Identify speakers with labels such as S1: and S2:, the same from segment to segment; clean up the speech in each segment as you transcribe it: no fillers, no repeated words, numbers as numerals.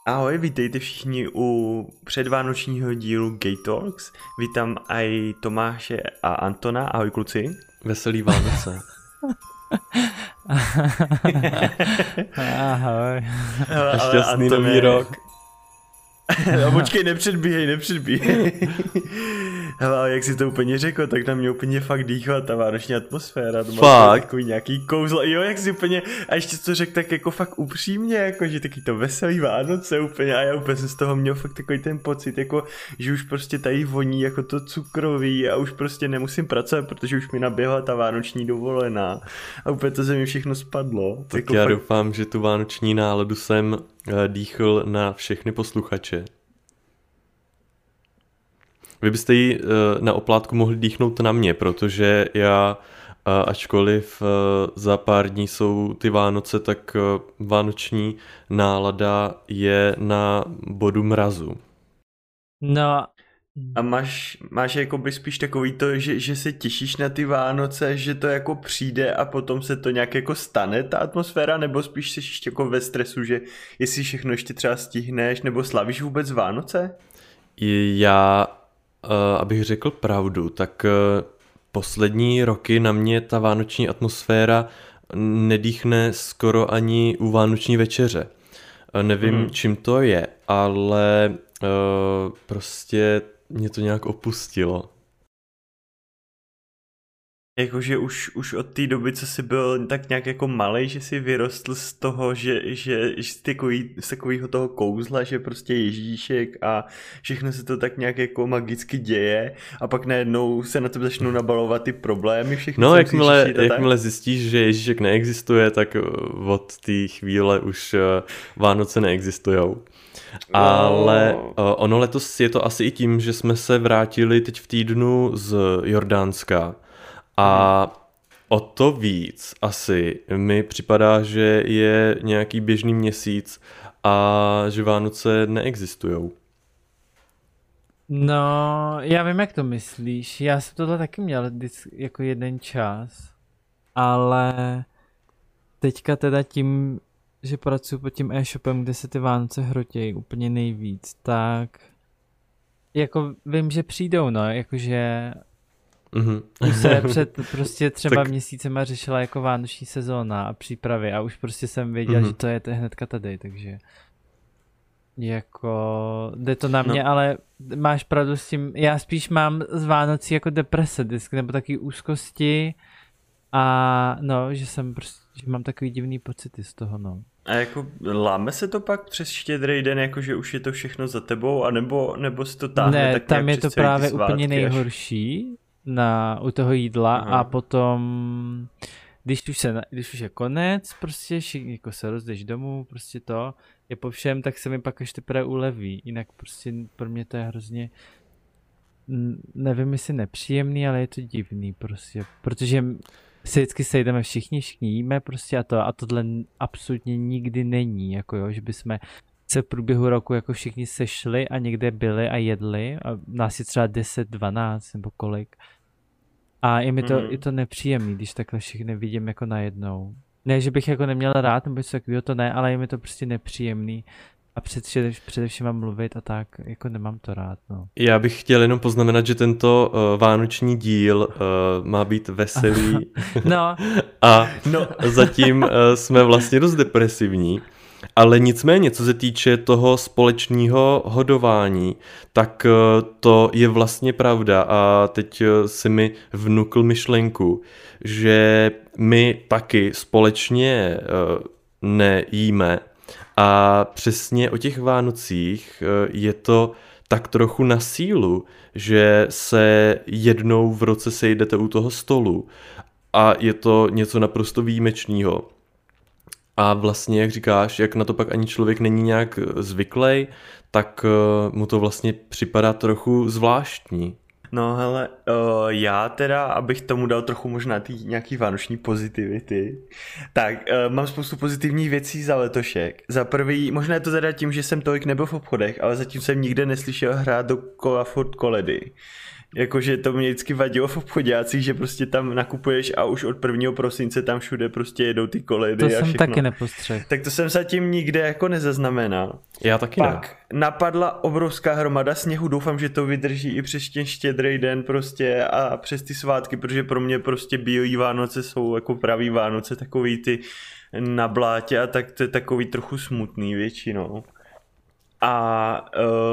S1: Ahoj, vítejte všichni u předvánočního dílu Gay Talks. Vítám aj Tomáše a Antona. Ahoj kluci.
S2: Veselý Vánoce.
S3: Ahoj.
S2: A šťastný nový rok.
S1: Počkej, nepředbíhej. Hele, jak jsi to úplně řekl, tak na mě úplně fakt dýchla ta vánoční atmosféra. To má takový nějaký kouzlo. Jo, jak jsi úplně, a ještě to řekl tak jako fakt upřímně, jako že taky to veselý Vánoce úplně, a já úplně jsem z toho měl fakt takový ten pocit, jako že už prostě tady voní jako to cukroví a už prostě nemusím pracovat, protože už mi naběhla ta vánoční dovolená a úplně to ze mě všechno spadlo.
S2: Tak
S1: jako
S2: já
S1: fakt...
S2: doufám, že tu vánoční náladu jsem dýchl na všechny posluchače. Vy byste ji na oplátku mohli dýchnout na mě, protože já, ačkoliv za pár dní jsou ty Vánoce, tak vánoční nálada je na bodu mrazu.
S3: No.
S1: A máš jakoby spíš takový to, že se těšíš na ty Vánoce, že to jako přijde a potom se to nějak jako stane, ta atmosféra, nebo spíš jsi ještě jako ve stresu, že jestli všechno ještě třeba stihneš, nebo slavíš vůbec Vánoce?
S2: Já, abych řekl pravdu, tak poslední roky na mě ta vánoční atmosféra nedýchne skoro ani u vánoční večeře. Nevím, čím to je, ale prostě mě to nějak opustilo.
S1: Jakože už od té doby, co jsi byl tak nějak jako malej, že jsi vyrostl z toho, že z takového toho kouzla, že prostě Ježíšek a všechno se to tak nějak jako magicky děje a pak najednou se na to začnou nabalovat ty problémy, všechno.
S2: No, jakmile zjistíš, že Ježíšek neexistuje, tak od té chvíle už Vánoce neexistujou. Ale ono letos je to asi i tím, že jsme se vrátili teď v týdnu z Jordánska a o to víc asi mi připadá, že je nějaký běžný měsíc a že Vánoce neexistujou.
S3: No, já vím, jak to myslíš. Já jsem tohle taky měl jako jeden čas, ale teďka teda tím, že pracuji pod tím e-shopem, kde se ty Vánoce hrotějí úplně nejvíc, tak jako vím, že přijdou, no, jakože už se před prostě třeba měsícema řešila jako vánoční sezóna a přípravy a už prostě jsem věděl, že to je hnedka tady, takže jako jde to na mě, ale máš pravdu s tím, já spíš mám z Vánocí jako deprese disk, nebo taky úzkosti a no, že jsem prostě, že mám takový divný pocity z toho, no.
S1: A jako láme se to pak přes Štědrý den, jako že už je to všechno za tebou, nebo si to táhne
S3: ne,
S1: tak
S3: tam je to právě úplně
S1: nejhorší
S3: u toho jídla. Aha. A potom, když už je konec, prostě jako se rozdeš domů, prostě to je po všem, tak se mi pak až teprve uleví, jinak prostě pro mě to je hrozně, nevím jestli nepříjemný, ale je to divný prostě, protože se vždycky sejdeme všichni jíme prostě a tohle absolutně nikdy není, jako jo, že bychom se v průběhu roku jako všichni sešli a někde byli a jedli a nás je třeba 10, 12 nebo kolik. A je to nepříjemný, když takhle všichni vidím jako najednou. Ne, že bych jako neměl rád nebo něco takového, to ne, ale je mi to prostě nepříjemný. A především mám mluvit a tak, jako nemám to rád, no.
S2: Já bych chtěl jenom poznamenat, že tento vánoční díl má být veselý.
S3: No.
S2: A zatím jsme vlastně dost depresivní. Ale nicméně, co se týče toho společného hodování, tak to je vlastně pravda a teď si mi vnukl myšlenku, že my taky společně nejíme a přesně o těch Vánocích je to tak trochu na sílu, že se jednou v roce sejdete u toho stolu a je to něco naprosto výjimečného. A vlastně, jak říkáš, jak na to pak ani člověk není nějak zvyklý, tak mu to vlastně připadá trochu zvláštní.
S1: No hele, já teda, abych tomu dal trochu možná nějaký vánoční pozitivity, tak mám spoustu pozitivních věcí za letošek. Za prvý, možná je to teda tím, že jsem tolik nebyl v obchodech, ale zatím jsem nikde neslyšel hrát do kola Ford Koledy. Jakože to mě vždycky vadilo v obchodácích, že prostě tam nakupuješ a už od 1. prosince tam všude prostě jedou ty koledy
S3: To
S1: a
S3: jsem
S1: všechno.
S3: taky nepostřehl.
S1: Tak to jsem zatím nikde jako nezaznamenal.
S2: Já taky
S1: Pak napadla obrovská hromada sněhu, doufám, že to vydrží i přes ten Štědrý den prostě a přes ty svátky, protože pro mě prostě bílý Vánoce jsou jako pravý Vánoce, takový ty na blátě a tak to je takový trochu smutný většinou. A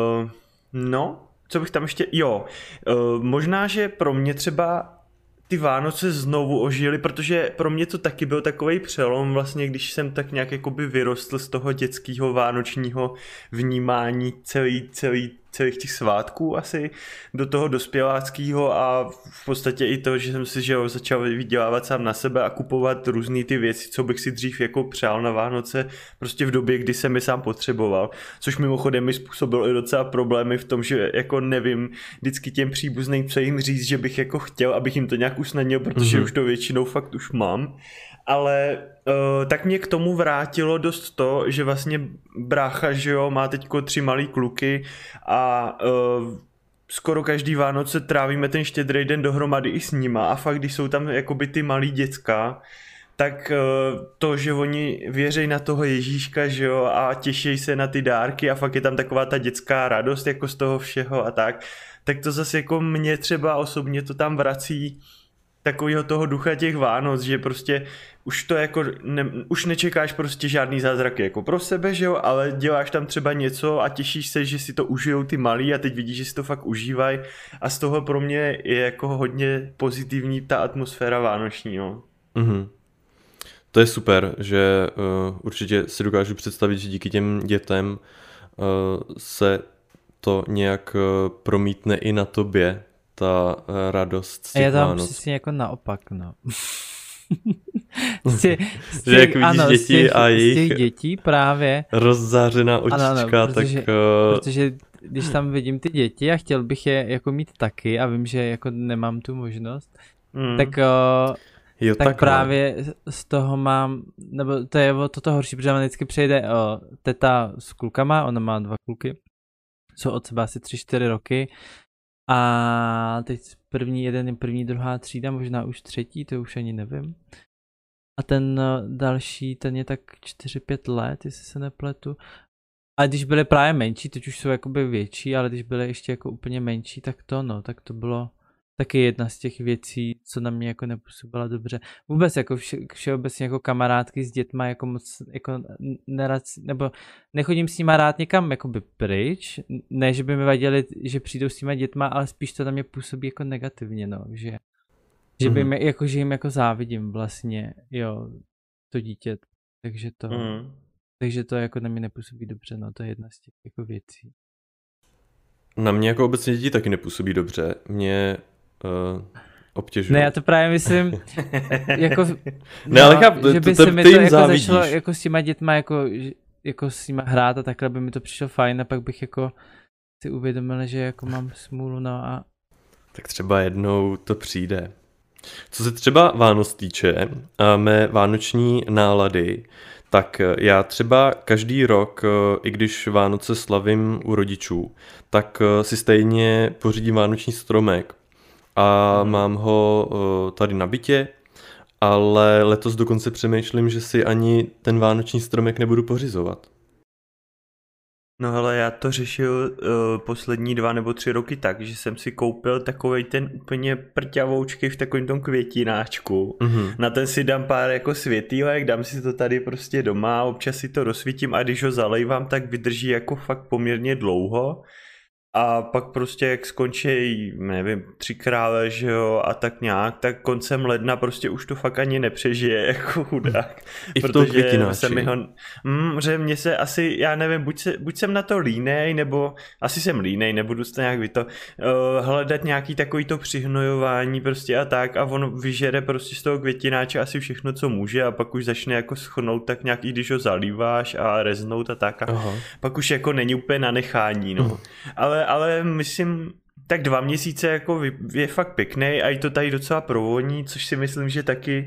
S1: no, co bych tam ještě, možná, že pro mě třeba ty Vánoce znovu ožily, protože pro mě to taky byl takovej přelom, vlastně když jsem tak nějak jakoby vyrostl z toho dětského vánočního vnímání celých těch svátků asi do toho dospěláckého a v podstatě i to, že jsem si začal vydělávat sám na sebe a kupovat různý ty věci, co bych si dřív jako přál na Vánoce, prostě v době, kdy jsem je sám potřeboval, což mimochodem mi způsobilo i docela problémy v tom, že jako nevím vždycky těm příbuzným, co jim říct, že bych jako chtěl, abych jim to nějak usnadnil, protože už to většinou fakt už mám. Ale tak mě k tomu vrátilo dost to, že vlastně brácha, že jo, má teďko 3 malý kluky a skoro každý Vánoce trávíme ten Štědrý den dohromady i s nima a fakt, když jsou tam jakoby ty malý děcka, tak to, že oni věří na toho Ježíška, že jo, a těší se na ty dárky a fakt je tam taková ta dětská radost jako z toho všeho a tak to zase jako mě třeba osobně to tam vrací takového toho ducha těch Vánoc, že prostě už to jako, už nečekáš prostě žádný zázraky jako pro sebe, že jo, ale děláš tam třeba něco a těšíš se, že si to užijou ty malí a teď vidíš, že si to fakt užívají a z toho pro mě je jako hodně pozitivní ta atmosféra vánoční, no.
S2: Mm-hmm. To je super, že určitě si dokážu představit, že díky těm dětem se to nějak promítne i na tobě, ta radost z těch
S3: Vánoc. Já tam přesně jako naopak, no.
S2: Že jak vidíš děti a jejich
S3: z těch dětí právě
S2: rozzářená očička,
S3: protože když tam vidím ty děti a chtěl bych je jako mít taky a vím, že jako nemám tu možnost, tak právě z toho mám, nebo to je toto horší, protože vám vždycky přijde teta s klukama, ona má 2 kluky, jsou od sebe asi 3-4 roky a teď jeden je první, druhá třída, možná už 3, to už ani nevím. A ten další, ten je tak 4-5 let, jestli se nepletu. A když byly právě menší, teď už jsou jakoby větší, ale když byly ještě jako úplně menší, tak to bylo taky jedna z těch věcí, co na mě jako nepůsobila dobře. Vůbec jako všeobecně jako kamarádky s dětma jako moc jako nerad, nebo nechodím s nima rád někam jakoby pryč, ne, že by mi vadili, že přijdou s těma dětma, ale spíš to na mě působí jako negativně, no, že by mi, jako, že jim jako závidím vlastně, jo, to dítě, takže to jako na mě nepůsobí dobře, no, to je jedna z těch jako věcí.
S2: Na mě jako obecně děti taky nepůsobí dobře, mě obtěžují.
S3: Ne, já to právě myslím, jako,
S2: ne, ale chápu,
S3: že by se mi to jako začalo jako s těma dětma jako s nima hrát a takhle by mi to přišlo fajn a pak bych jako si uvědomil, že jako mám smůlu, no a...
S2: Tak třeba jednou to přijde. Co se třeba Vánoc týče a mé vánoční nálady, tak já třeba každý rok, i když Vánoce slavím u rodičů, tak si stejně pořídím vánoční stromek a mám ho tady na bytě, ale letos dokonce přemýšlím, že si ani ten vánoční stromek nebudu pořizovat.
S1: No hele, já to řešil poslední 2 nebo 3 roky tak, že jsem si koupil takovej ten úplně prťavoučky v takovém tom květináčku. Na ten si dám pár jako světýlek, dám si to tady prostě doma, občas si to rozsvítím a když ho zalejvám, tak vydrží jako fakt poměrně dlouho. A pak prostě jak skončí, nevím, 3 krále, že jo, a tak nějak, tak koncem ledna prostě už to fakt ani nepřežije jako chudák.
S2: I v tom květináči.
S1: Se mi ho, že mě se asi, já nevím, buď jsem na to línej, nebo asi jsem línej, nebudu to nějak hledat nějaký takový to přihnojování prostě a tak a on vyžere prostě z toho květináče asi všechno, co může a pak už začne jako schnout tak nějak, i když ho zalíváš a reznout a tak a pak už jako není úplně na nechání, no. Ale myslím, tak 2 měsíce jako je fakt pěkný a i to tady docela provoní, což si myslím, že taky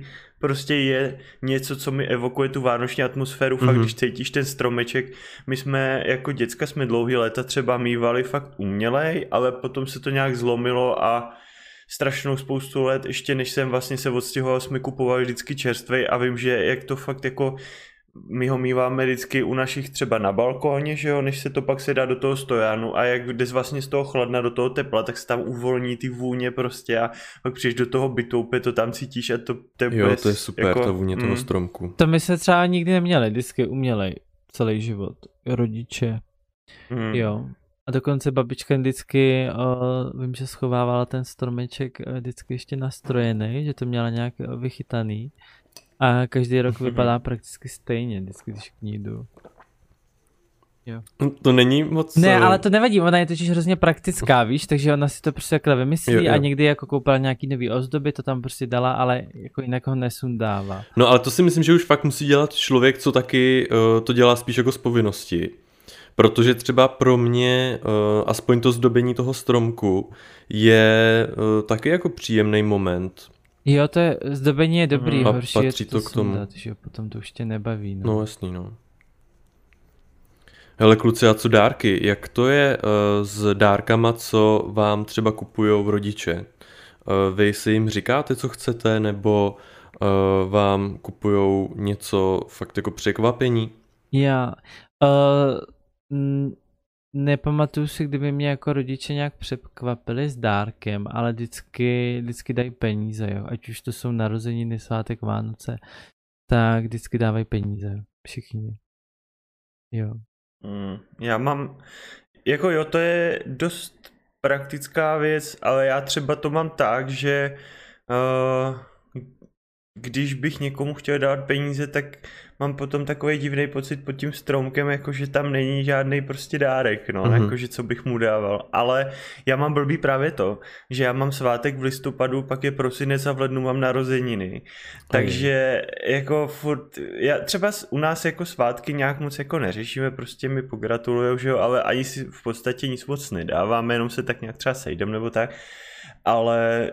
S1: prostě je něco, co mi evokuje tu vánoční atmosféru, fakt když cítíš ten stromeček. My jsme jako děcka jsme dlouhý léta třeba mívali fakt umělej, ale potom se to nějak zlomilo a strašnou spoustu let, ještě než jsem vlastně se odstěhoval, jsme kupovali vždycky čerstvej a vím, že jak to fakt jako my ho míváme vždycky u našich třeba na balkóně, že jo, než se to pak se dá do toho stojanu a jak jdeš vlastně z toho chladna do toho tepla, tak se tam uvolní ty vůně prostě a pak přijdeš do toho bytu, opět to tam cítíš a to
S2: jo, to je super, jako, ta vůně toho stromku.
S3: To my se třeba nikdy neměli, vždycky umělej celý život, rodiče, jo. A dokonce babička vždycky, vím, že schovávala ten stromeček vždycky ještě nastrojený, že to měla nějak vychytaný. A každý rok vypadá prakticky stejně, vždycky, když k ní jdu. Jo.
S2: To není moc...
S3: Ne, ale to nevadí, ona je totiž hrozně praktická, víš, takže ona si to prostě takhle vymyslí a někdy jako koupila nějaký nový ozdoby, to tam prostě dala, ale jako jinak ho nesundává.
S2: No ale to si myslím, že už fakt musí dělat člověk, co taky to dělá spíš jako z povinnosti. Protože třeba pro mě aspoň to zdobení toho stromku je taky jako příjemný moment.
S3: Jo, to je, zdobení je dobrý, horší je
S2: to k tomu.
S3: sundat, že potom to už tě nebaví.
S2: No jasný, no. Hele kluci, a co dárky? Jak to je s dárkama, co vám třeba kupujou rodiče? Vy si jim říkáte, co chcete, nebo vám kupujou něco fakt jako překvapení?
S3: Já nepamatuju si, kdyby mě jako rodiče nějak překvapili s dárkem, ale vždycky dají peníze, jo. Ať už to jsou narozeniny, svátek, Vánoce, tak vždycky dávají peníze. Všichni. Jo.
S1: Já mám, jako jo, to je dost praktická věc, ale já třeba to mám tak, že když bych někomu chtěl dát peníze, tak mám potom takový divný pocit pod tím stromkem, jakože tam není žádný prostě dárek, no, jakože co bych mu dával. Ale já mám blbý právě to, že já mám svátek v listopadu, pak je prosinec a v lednu mám narozeniny. Takže jako furt, třeba u nás jako svátky nějak moc jako neřešíme, prostě mi pogratulujou, že jo, ale ani si v podstatě nic moc nedáváme, jenom se tak nějak třeba sejdem nebo tak. Ale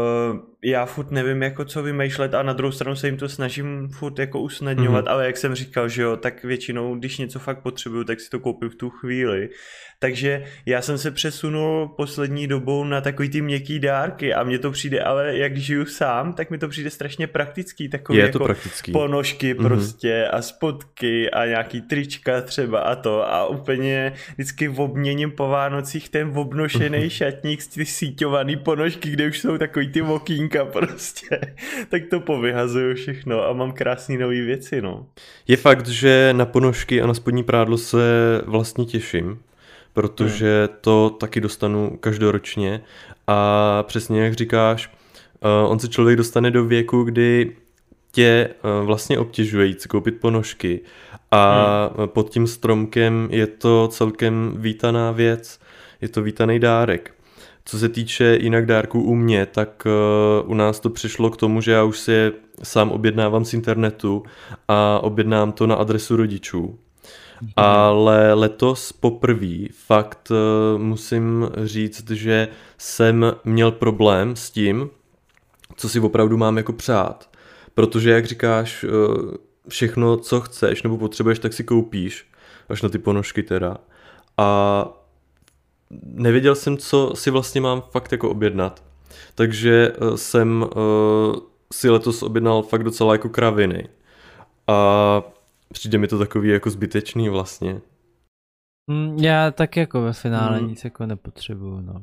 S1: já furt nevím jako co vymýšlet a na druhou stranu se jim to snažím furt jako usnadňovat, ale jak jsem říkal, že jo, tak většinou, když něco fakt potřebuju, tak si to koupím v tu chvíli. Takže já jsem se přesunul poslední dobou na takový ty měkký dárky a mně to přijde, ale jak žiju sám, tak mi to přijde strašně praktický, takový
S2: je
S1: jako
S2: to praktický.
S1: Ponožky prostě a spodky a nějaký trička třeba a to a úplně vždycky obměním po Vánocích ten obnošený šatník, ty síťovaný ponožky, kde už jsou takový ty okýnka prostě, tak to povyhazuju všechno a mám krásný nový věci, no.
S2: Je fakt, že na ponožky a na spodní prádlo se vlastně těším, protože to taky dostanu každoročně a přesně jak říkáš, on se člověk dostane do věku, kdy tě vlastně obtěžuje jít si koupit ponožky a pod tím stromkem je to celkem vítaná věc, je to vítaný dárek. Co se týče jinak dárků u mě, tak u nás to přišlo k tomu, že já už si je sám objednávám z internetu a objednám to na adresu rodičů. Ale letos poprvé fakt musím říct, že jsem měl problém s tím, co si opravdu mám jako přát. Protože jak říkáš, všechno, co chceš nebo potřebuješ, tak si koupíš, až na ty ponožky teda. A nevěděl jsem, co si vlastně mám fakt jako objednat. Takže jsem si letos objednal fakt docela jako kraviny. A přijde mi to takový jako zbytečný vlastně.
S3: Já tak jako ve finále nic jako nepotřebuju, no.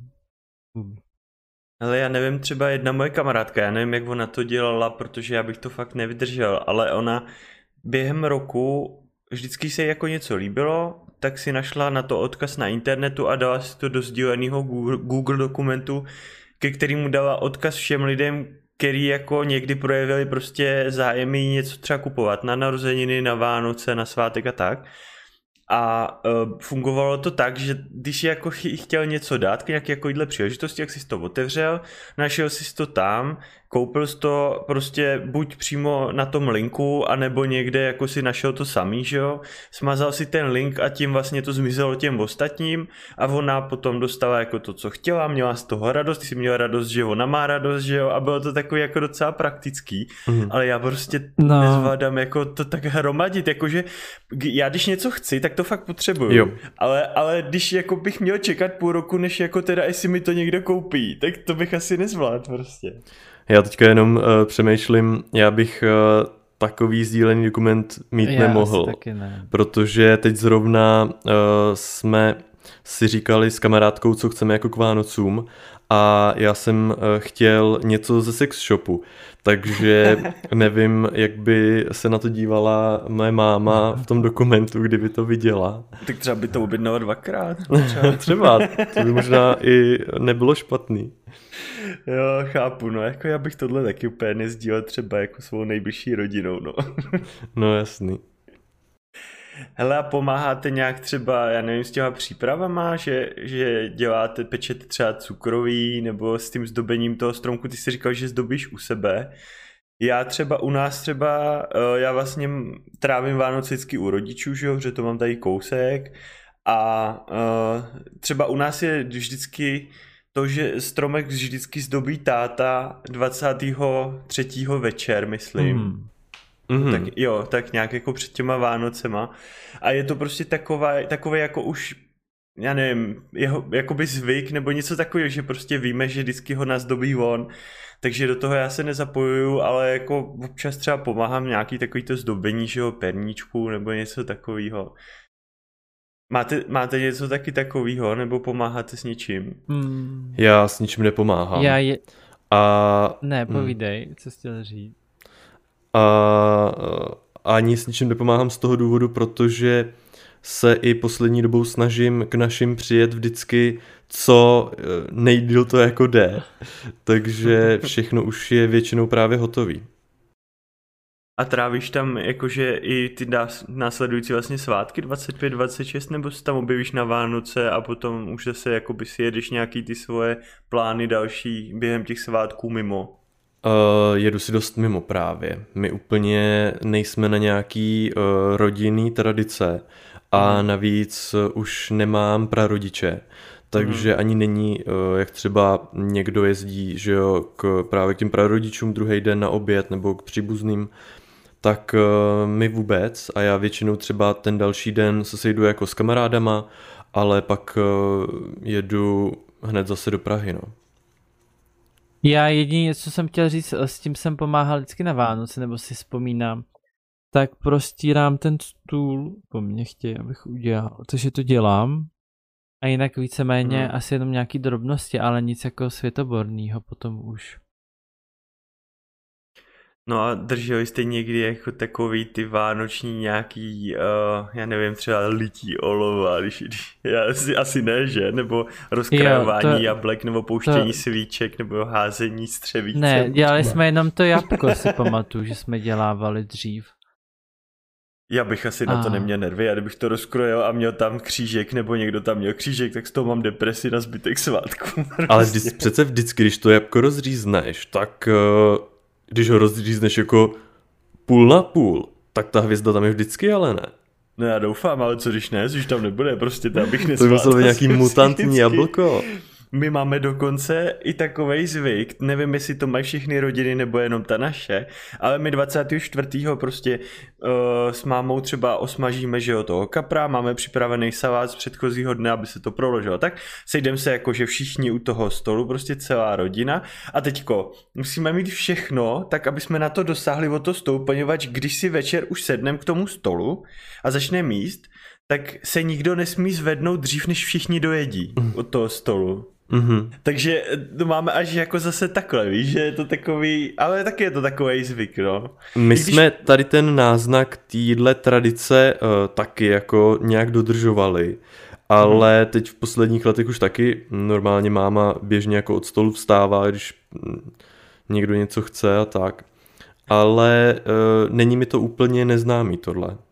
S1: Ale já nevím, třeba jedna moje kamarádka, já nevím, jak ona to dělala, protože já bych to fakt nevydržel, ale ona během roku, vždycky se jí jako něco líbilo, tak si našla na to odkaz na internetu a dala si to do sdíleného Google dokumentu, ke kterému dala odkaz všem lidem, který jako někdy projevili prostě zájem jí něco třeba kupovat na narozeniny, na Vánoce, na svátek a tak. a fungovalo to tak, že když si jako chtěl něco dát k nějaké jakoýhle příležitosti, jak jsi to otevřel, našel jsi to tam, koupil jsi to prostě buď přímo na tom linku, anebo někde jako si našel to samý, že jo, smazal si ten link a tím vlastně to zmizelo těm ostatním a ona potom dostala jako to, co chtěla, měla z toho radost, ty jsi měla radost, že ona má radost, že jo, a bylo to takový jako docela praktický, ale já prostě nezvládám jako to tak hromadit, jakože já když něco chci, tak to fakt potřebuju, ale když jako bych měl čekat půl roku, než jako teda jestli mi to někdo koupí, tak to bych asi nezvládl prostě.
S2: Já teďka jenom přemýšlím, já bych takový sdílený dokument mít nemohl,
S3: ne.
S2: Protože teď zrovna jsme si říkali s kamarádkou, co chceme jako k Vánocům a já jsem chtěl něco ze sex shopu, takže nevím, jak by se na to dívala moje máma v tom dokumentu, kdyby to viděla.
S1: Tak třeba by to objednala dvakrát.
S2: Třeba, to by možná i nebylo špatný.
S1: Jo, chápu, no jako já bych tohle taky úplně nezdílel třeba jako svou nejbližší rodinou, no.
S2: No jasný.
S1: Hele, a pomáháte nějak třeba, já nevím, s těma přípravama, že děláte, pečete třeba cukroví, nebo s tím zdobením toho stromku, ty jsi říkal, že zdobíš u sebe. Já třeba u nás třeba, já vlastně trávím Vánoce vždycky u rodičů, že jo, protože to mám tady kousek a třeba u nás je vždycky to, že stromek vždycky zdobí táta 23. večer, myslím. Tak jo, tak nějak jako před těma Vánocema. A je to prostě takové jako už, já nevím, jakoby zvyk nebo něco takového, že prostě víme, že vždycky ho nazdobí on. Takže do toho já se nezapojuju, ale jako občas třeba pomáhám nějaký takovýto zdobení, že jo, perníčku nebo něco takového. Máte něco taky takového, nebo pomáháte s něčím?
S2: Já s ničím nepomáhám.
S3: Ne, povídej, co jsi chtěl říct.
S2: A ani s ničím nepomáhám z toho důvodu, protože se i poslední dobou snažím k našim přijet vždycky co nejdýl to jako jde. Takže všechno už je většinou právě hotový.
S1: A trávíš tam jakože i ty následující vlastně svátky 25, 26, nebo se tam objevíš na Vánoce a potom už zase jakoby si jedeš nějaký ty svoje plány další během těch svátků mimo?
S2: Jedu si dost mimo právě. My úplně nejsme na nějaký rodinný tradice a navíc už nemám prarodiče. Takže ani není, jak třeba někdo jezdí, že jo, právě k těm prarodičům druhý den na oběd nebo k příbuzným, tak my vůbec a já většinou třeba ten další den se sejdu jako s kamarádama, ale pak jedu hned zase do Prahy, no.
S3: Já jedině, co jsem chtěl říct, s tím jsem pomáhal vždycky na Vánoce, nebo si vzpomínám, tak prostírám ten stůl, po mně chtějí, abych udělal, takže to dělám. A jinak víceméně asi jenom nějaký drobnosti, ale nic jako světoborného potom už.
S1: No a drželi jste někdy jako takový ty vánoční nějaký, já nevím, třeba lití olova, já asi ne, že? Nebo rozkrajování jablek, nebo pouštění svíček, nebo házení střevíce.
S3: Ne, dělali jsme jenom to jabko, si pamatuju, že jsme dělávali dřív.
S1: Já bych asi na to neměl nervy, a kdybych to rozkrojil a měl tam křížek, nebo někdo tam měl křížek, tak z toho mám depresi na zbytek svátku.
S2: Ale přece vždycky, když to jabko rozřízneš, tak když ho rozřízneš jako půl na půl, tak ta hvězda tam je vždycky, ale ne.
S1: No já doufám, ale co když ne, když tam nebude, prostě to bych
S2: nesvátl. To by muselo být nějaký mutantní jablko.
S1: My máme dokonce i takovej zvyk, nevím, jestli to mají všechny rodiny nebo jenom ta naše, ale my 24. prostě s mámou třeba osmažíme, že jo, toho kapra, máme připravený salát z předchozího dne, aby se to proložilo. Tak sejdeme se jakože všichni u toho stolu, prostě celá rodina a teďko musíme mít všechno, tak aby jsme na to dosáhli od toho stolu, poněvadž když si večer už sedneme k tomu stolu a začneme jíst, tak se nikdo nesmí zvednout dřív, než všichni dojedí od toho stolu. Takže to máme až jako zase takhle, víš, že je to takový, ale taky je to takový zvyk, no.
S2: My jsme tady ten náznak téhle tradice taky jako nějak dodržovali, ale teď v posledních letech už taky normálně máma běžně jako od stolu vstává, když někdo něco chce a tak. Ale není mi to úplně neznámý tohle.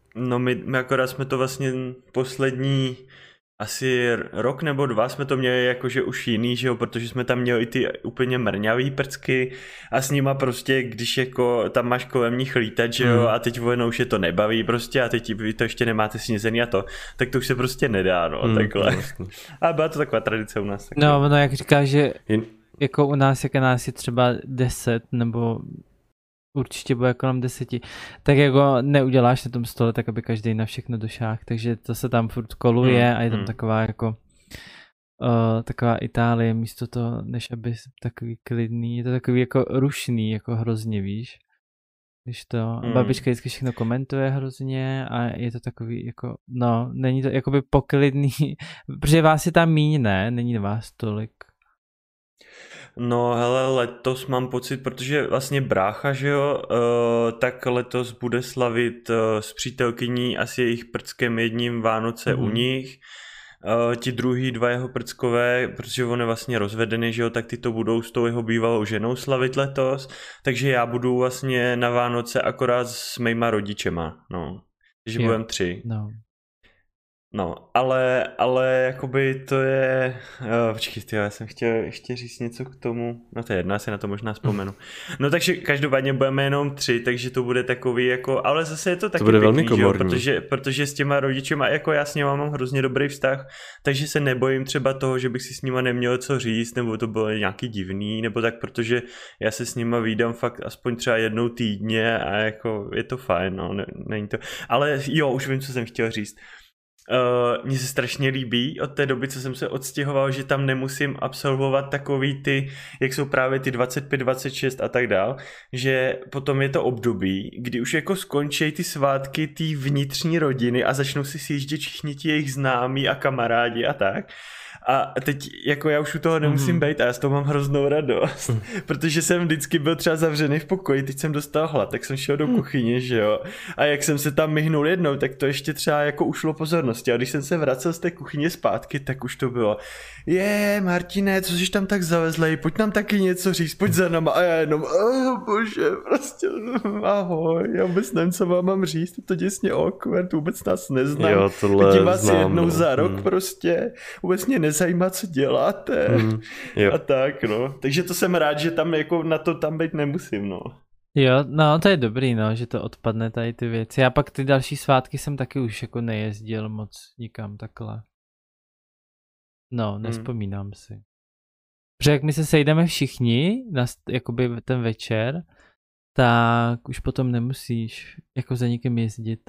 S1: No my akorát jsme to vlastně poslední asi rok nebo 2 jsme to měli jakože už jiný, že jo, protože jsme tam měli i ty úplně mrňavý prcky a s nima prostě, když jako tam máš kolem nich lítat, že jo, a teď ono už je to nebaví prostě a teď vy to ještě nemáte snězený a to, tak to už se prostě nedá, no, takhle. A byla to taková tradice u nás. Taky.
S3: No, jak říkáš, že jako u nás, jak nás je třeba 10 nebo určitě bude kolem 10, tak jako neuděláš na tom stole tak, aby každý na všechno došáhl, takže to se tam furt koluje a je tam taková jako taková Itálie místo toho, než aby takový klidný, je to takový jako rušný, jako hrozně, víš. Když to, babička vždycky všechno komentuje hrozně a je to takový jako, no, není to jakoby poklidný, protože vás je tam míň, ne, není vás tolik.
S1: No hele, letos mám pocit, protože vlastně brácha, že jo, tak letos bude slavit s přítelkyní asi jejich prckem jedním Vánoce u nich. Ti druhý 2 jeho prckové, protože on je vlastně rozvedený, že jo, tak ty to budou s tou jeho bývalou ženou slavit letos, takže já budu vlastně na Vánoce akorát s mýma rodičema, no. Takže budem 3. No, ale jakoby to je, počkej, já jsem chtěl ještě říct něco k tomu, no to je jedno, já si na to možná vzpomenu. No takže každopádně budeme jenom 3, takže to bude takový jako, ale zase je to taky
S2: to bude
S1: pěkný,
S2: velmi komorní.
S1: protože s těma rodičema, jako já s nima mám hrozně dobrý vztah, takže se nebojím třeba toho, že bych si s nima neměl co říct, nebo to bylo nějaký divný, nebo tak, protože já se s nima vídám fakt aspoň třeba jednou týdně a jako je to fajn, no, není to, ale jo, už vím, co jsem chtěl říct. Mně se strašně líbí od té doby, co jsem se odstěhoval, že tam nemusím absolvovat takový ty, jak jsou právě ty 25, 26 a tak dál, že potom je to období, kdy už jako skončí ty svátky ty vnitřní rodiny a začnou si sjíždět všichni ti jejich známí a kamarádi a tak. A teď jako já už u toho nemusím být a já z toho mám hroznou radost, protože jsem vždycky byl třeba zavřený v pokoji, teď jsem dostal hlad, tak jsem šel do kuchyně, že jo, a jak jsem se tam myhnul jednou, tak to ještě třeba jako ušlo pozornosti a když jsem se vracel z té kuchyně zpátky, tak už to bylo, Martine, co jsi tam tak zavezlej, pojď nám taky něco říct, pojď za náma a já jenom, bože, prostě ahoj, já vůbec nevím, co vám mám říct, je to děsně awkward, vůbec nás neznám,
S2: jo,
S1: vidím vás jednou za rok prostě, vůbec mě nezajímá, co děláte a tak, no. Takže to jsem rád, že tam jako na to tam být nemusím, no.
S3: Jo, no to je dobrý, no, že to odpadne tady ty věci. Já pak ty další svátky jsem taky už jako nejezdil moc nikam takhle. No, nespomínám si. Protože jak my se sejdeme všichni, jakoby ten večer, tak už potom nemusíš jako za nikým jezdit.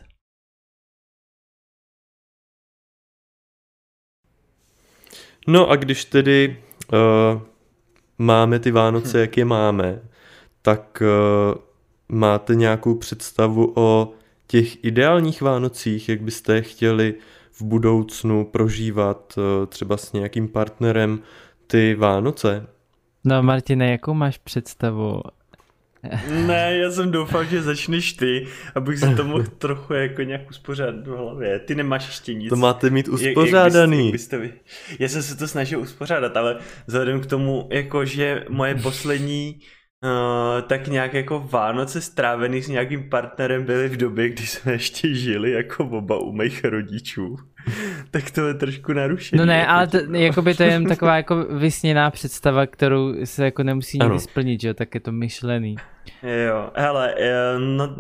S2: No a když tedy máme ty Vánoce, jak je máme, tak máte nějakou představu o těch ideálních Vánocích, jak byste chtěli v budoucnu prožívat třeba s nějakým partnerem ty Vánoce?
S3: No Martine, jakou máš představu?
S1: Ne, já jsem doufal, že začneš ty, abych si to mohl trochu jako nějak uspořádat v hlavě. Ty nemáš ještě nic.
S2: To máte mít uspořádaný.
S1: Já jsem se to snažil uspořádat, ale vzhledem k tomu, jako že moje poslední tak nějak jako Vánoce strávený s nějakým partnerem byly v době, kdy jsme ještě žili jako oba u mých rodičů. Tak to je trošku narušený.
S3: No ne, ale jakoby to je jen taková jako vysněná představa, kterou se jako nemusí nikdy splnit, že jo, tak je to myšlený.
S1: Jo, hele, no,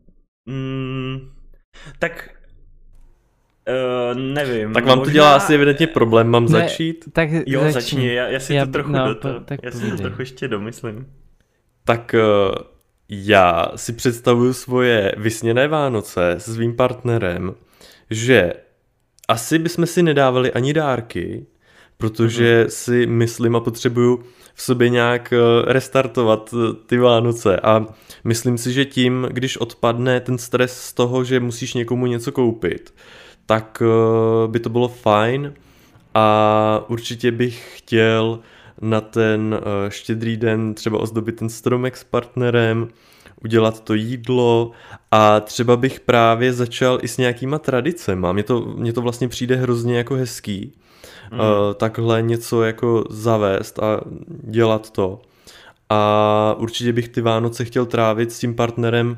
S1: tak nevím.
S2: Tak vám to dělá asi evidentně problém, mám začít?
S3: Tak
S1: jo, začni, já si to trochu já si to trochu ještě domyslím.
S2: Tak já si představuju svoje vysněné Vánoce s svým partnerem, že asi bychom si nedávali ani dárky, protože si myslím a potřebuju v sobě nějak restartovat ty Vánoce a myslím si, že tím, když odpadne ten stres z toho, že musíš někomu něco koupit, tak by to bylo fajn a určitě bych chtěl na ten Štědrý den třeba ozdobit ten stromek s partnerem, udělat to jídlo a třeba bych právě začal i s nějakýma tradicema. Mně to vlastně přijde hrozně jako hezký. Takhle něco jako zavést a dělat to. A určitě bych ty Vánoce chtěl trávit s tím partnerem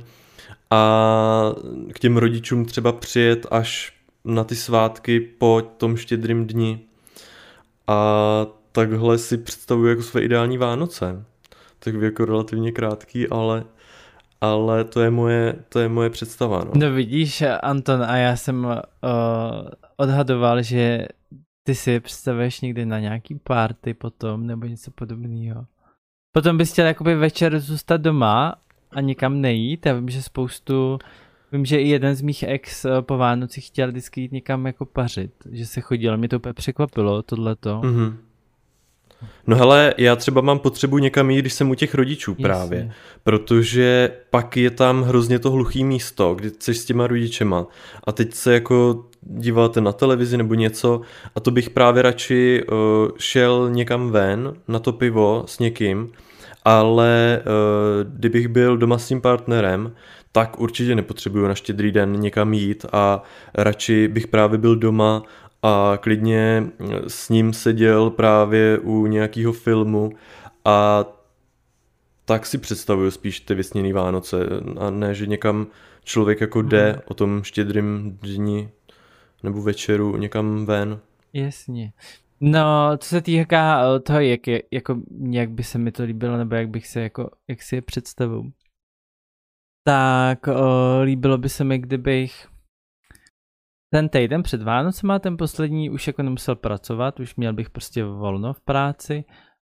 S2: a k těm rodičům třeba přijet až na ty svátky po tom Štědrým dni. A takhle si představuji jako své ideální Vánoce. Tak jako relativně krátký, ale to je moje představa. No.
S3: No vidíš, Anton, a já jsem odhadoval, že ty si představuješ někdy na nějaký party potom, nebo něco podobného. Potom bys chtěl jakoby večer zůstat doma a nikam nejít. Já vím, že i jeden z mých ex po Vánocích chtěl vždycky jít někam jako pařit, že se chodil. Mě to úplně překvapilo, tohleto.
S2: Mm-hmm. No hele, já třeba mám potřebu někam jít, když jsem u těch rodičů právě,
S3: Jasně.
S2: protože pak je tam hrozně to hluchý místo, kdy jsi s těma rodičema a teď se jako díváte na televizi nebo něco a to bych právě radši šel někam ven na to pivo s někým, ale kdybych byl doma s tím partnerem, tak určitě nepotřebuju na Štědrý den někam jít a radši bych právě byl doma a klidně s ním seděl právě u nějakého filmu a tak si představuju spíš ty vysněný Vánoce a ne, že někam člověk jako jde o tom Štědrým dni nebo večeru někam ven.
S3: Jasně. No, co se týká toho, jak by se mi to líbilo, nebo jak si je představuju, tak líbilo by se mi, kdybych ten týden před Vánocema, ten poslední, už jako nemusel pracovat, už měl bych prostě volno v práci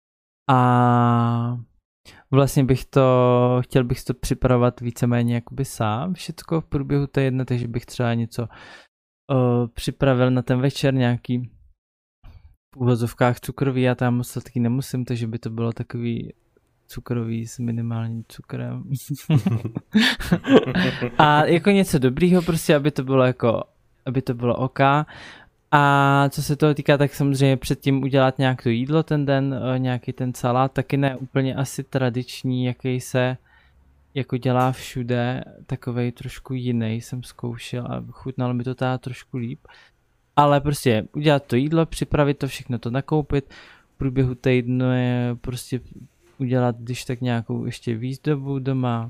S3: a vlastně chtěl bych to připravovat víceméně jakoby sám, všecko v průběhu týdne, takže bych třeba něco připravil na ten večer, nějaký v uvozovkách cukrový, já tam moc taky nemusím, takže by to bylo takový cukrový s minimálním cukrem. A jako něco dobrýho prostě, aby to bylo OK. A co se toho týká, tak samozřejmě předtím udělat nějak to jídlo ten den, nějaký ten salát, taky ne úplně asi tradiční, jaký se jako dělá všude, takovej trošku jiný jsem zkoušel a chutnalo mi to teda trošku líp. Ale prostě udělat to jídlo, připravit to, všechno to nakoupit, v průběhu týdnu je prostě udělat, když tak nějakou ještě výzdobu doma.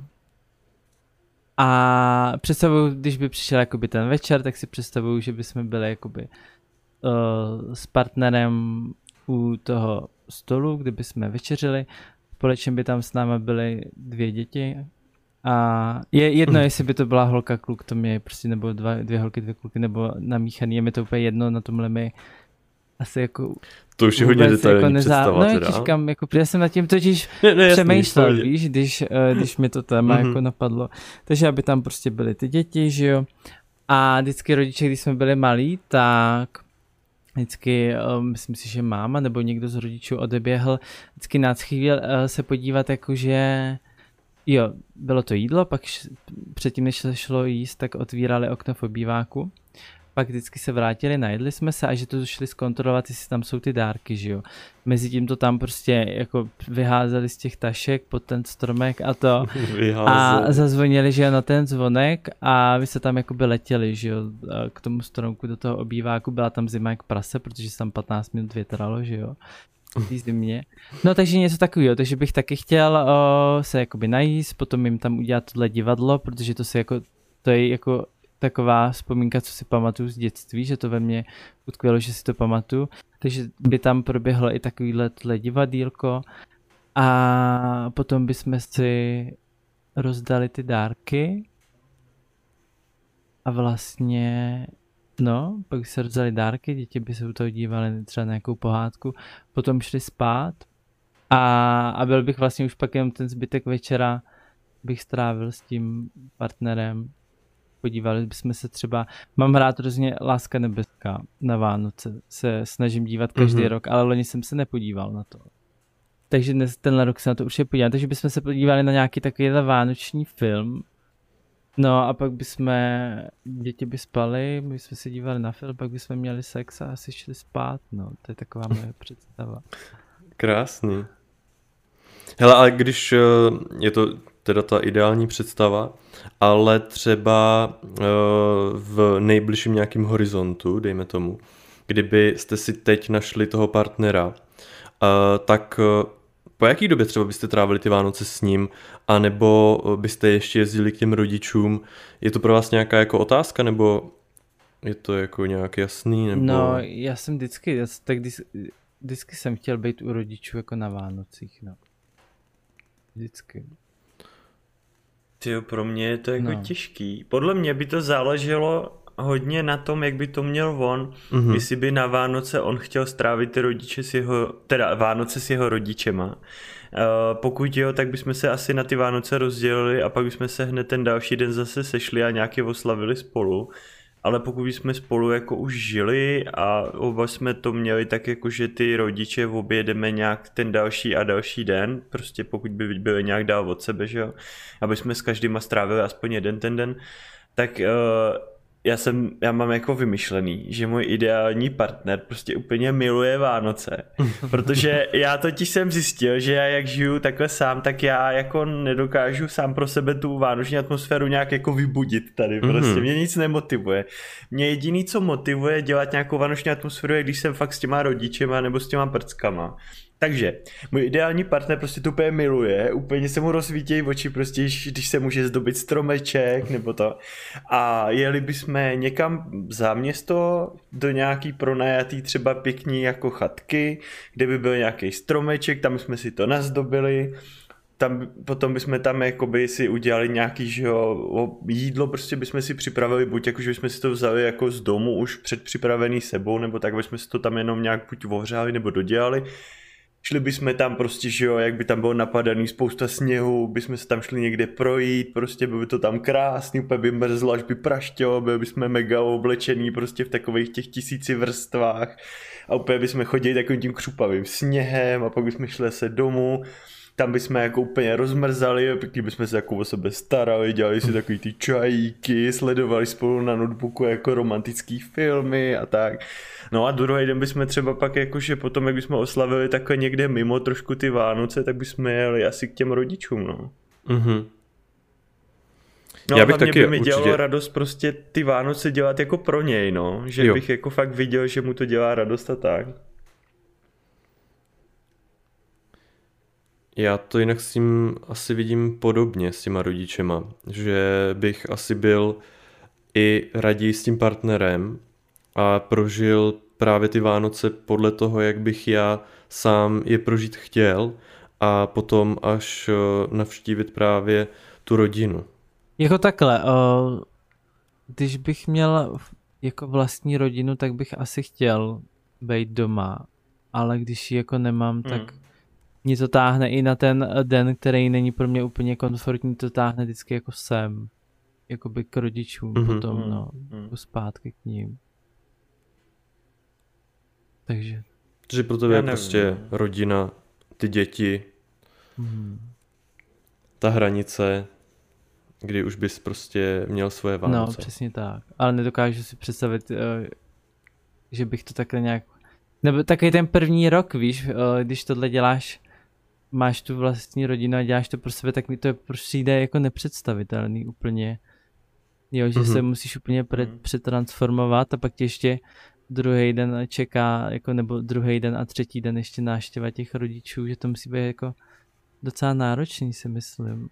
S3: A představuju, když by přišel jakoby ten večer, tak si představuju, že bychom byli jakoby s partnerem u toho stolu, kde bychom večeřili. Společně by tam s náma byly 2 děti. A je jedno, jestli by to byla holka, kluk, to mě prostě, nebo 2 holky, 2 kluky, nebo namíchaný, je mi to úplně jedno, na tomhle mi asi jako
S2: to už je hodně detailní představa
S3: teda. No, říkám, jako, já jsem nad tím totiž přemýšlel, víš, když mi to téma jako napadlo. Takže aby tam prostě byly ty děti, že jo. A vždycky rodiče, když jsme byli malí, tak vždycky, myslím si, že máma nebo někdo z rodičů odeběhl, vždycky nás chvíli se podívat, jakože jo, bylo to jídlo, pak předtím, než se šlo jíst, tak otvírali okno v obýváku. Pak vždycky se vrátili, najedli jsme se a že to šli zkontrolovat, jestli tam jsou ty dárky, že jo. Mezitím to tam prostě jako vyházeli z těch tašek pod ten stromek a to. A zazvonili, že jo, na ten zvonek a vy se tam jakoby letěli, že jo, k tomu stromku do toho obýváku. Byla tam zima jak prase, protože se tam 15 minut větralo, že jo. Zimě. No takže něco takového, takže bych taky chtěl se jakoby najíst, potom jim tam udělat tohle divadlo, protože to je jako taková vzpomínka, co si pamatuju z dětství, že to ve mně utkvělo, že si to pamatuju. Takže by tam proběhlo i takovýhle divadýlko a potom bychom si rozdali ty dárky a vlastně no, pak by se rozdali dárky, děti by se u toho dívaly třeba na nějakou pohádku, potom šli spát a byl bych vlastně už pak jenom ten zbytek večera bych strávil s tím partnerem. Podívali bychom se třeba, mám rád hrozně Láska nebeská na Vánoce, se snažím dívat každý rok, ale loni jsem se nepodíval na to. Takže dnes, tenhle rok se na to určitě podívám, takže bychom se podívali na nějaký takovýhle vánoční film. No a pak děti by spaly, my jsme se dívali na film, pak bychom měli sex a asi šli spát, no, to je taková moje představa.
S2: Krásný. Hele, ale když je to teda ta ideální představa, ale třeba v nejbližším nějakém horizontu, dejme tomu, kdyby jste si teď našli toho partnera, tak po jaký době třeba byste trávili ty Vánoce s ním, anebo byste ještě jezdili k těm rodičům? Je to pro vás nějaká jako otázka, nebo je to jako nějak jasný, nebo...
S3: No, já jsem vždycky jsem chtěl být u rodičů jako na Vánocích, no. Vždycky.
S1: Tyjo, pro mě je to jako těžký. Podle mě by to záleželo hodně na tom, jak by to měl on, jestli by na Vánoce on chtěl strávit ty rodiče Vánoce s jeho rodičema. Pokud jo, tak bychom se asi na ty Vánoce rozdělili a pak bychom se hned ten další den zase sešli a nějak je oslavili spolu. Ale pokud jsme spolu jako už žili a oba jsme to měli tak jako, že ty rodiče objedeme nějak ten další a další den, prostě pokud by byli nějak dál od sebe, že jo, aby jsme s každýma strávili aspoň jeden ten den, tak já mám jako vymyšlený, že můj ideální partner prostě úplně miluje Vánoce, protože já totiž jsem zjistil, že já jak žiju takhle sám, tak já jako nedokážu sám pro sebe tu vánoční atmosféru nějak jako vybudit tady, prostě mě nic nemotivuje. Mě jediný, co motivuje dělat nějakou vánoční atmosféru, je když jsem fakt s těma rodičema nebo s těma prckama. Takže můj ideální partner prostě to úplně miluje, úplně se mu rozsvítějí oči prostě, když se může zdobit stromeček nebo to. A jeli bychom někam za město do nějaký pronajatý třeba pěkný jako chatky, kde by byl nějaký stromeček, tam jsme si to nazdobili. Potom bychom tam jakoby si udělali nějaký jídlo, prostě bychom si připravili, buď jako, že bychom si to vzali jako z domu už předpřipravený sebou, nebo tak bychom si to tam jenom nějak buď ohřáli nebo dodělali. Šli bychom tam prostě, že jo, jak by tam bylo napadaný spousta sněhu, bychom se tam šli někde projít, prostě by to tam krásný, úplně by mrzlo, až by praštělo, byli bychom mega oblečený prostě v takových těch 1000 vrstvách a úplně bychom chodili takovým tím křupavým sněhem a pak bychom šli se domů. Tam bychom jako úplně rozmrzali, pěkně bychom se jako o sebe starali, dělali si takový ty čajíky, sledovali spolu na notebooku jako romantický filmy a tak. No a druhý den bychom třeba pak jakože potom, jak bychom oslavili takhle někde mimo trošku ty Vánoce, tak bychom jeli asi k těm rodičům, no. No já bych taky by mi dělalo radost prostě ty Vánoce dělat jako pro něj, no. Že bych jako fakt viděl, že mu to dělá radost a tak.
S2: Já to jinak s tím asi vidím podobně s těma rodičema, že bych asi byl i raději s tím partnerem a prožil právě ty Vánoce podle toho, jak bych já sám je prožít chtěl a potom až navštívit právě tu rodinu.
S3: Jako takhle, když bych měl jako vlastní rodinu, tak bych asi chtěl být doma, ale když ji jako nemám, tak mě to táhne i na ten den, který není pro mě úplně komfortní, to táhne vždycky jako sem. Jakoby k rodičům potom, no, jako zpátky k ním. Takže
S2: pro tebe je prostě rodina, ty děti, ta hranice, kdy už bys prostě měl svoje Vánoce.
S3: No, přesně tak. Ale nedokážu si představit, že bych to takhle nějak... Nebo takový ten první rok, víš, když tohle děláš, máš tu vlastní rodinu a děláš to pro sebe, tak mi to přijde jako nepředstavitelný úplně. Jo, že se musíš úplně přetransformovat a pak tě ještě druhý den čeká, jako, nebo druhý den a třetí den ještě návštěva těch rodičů, že to musí být jako docela náročný, si myslím.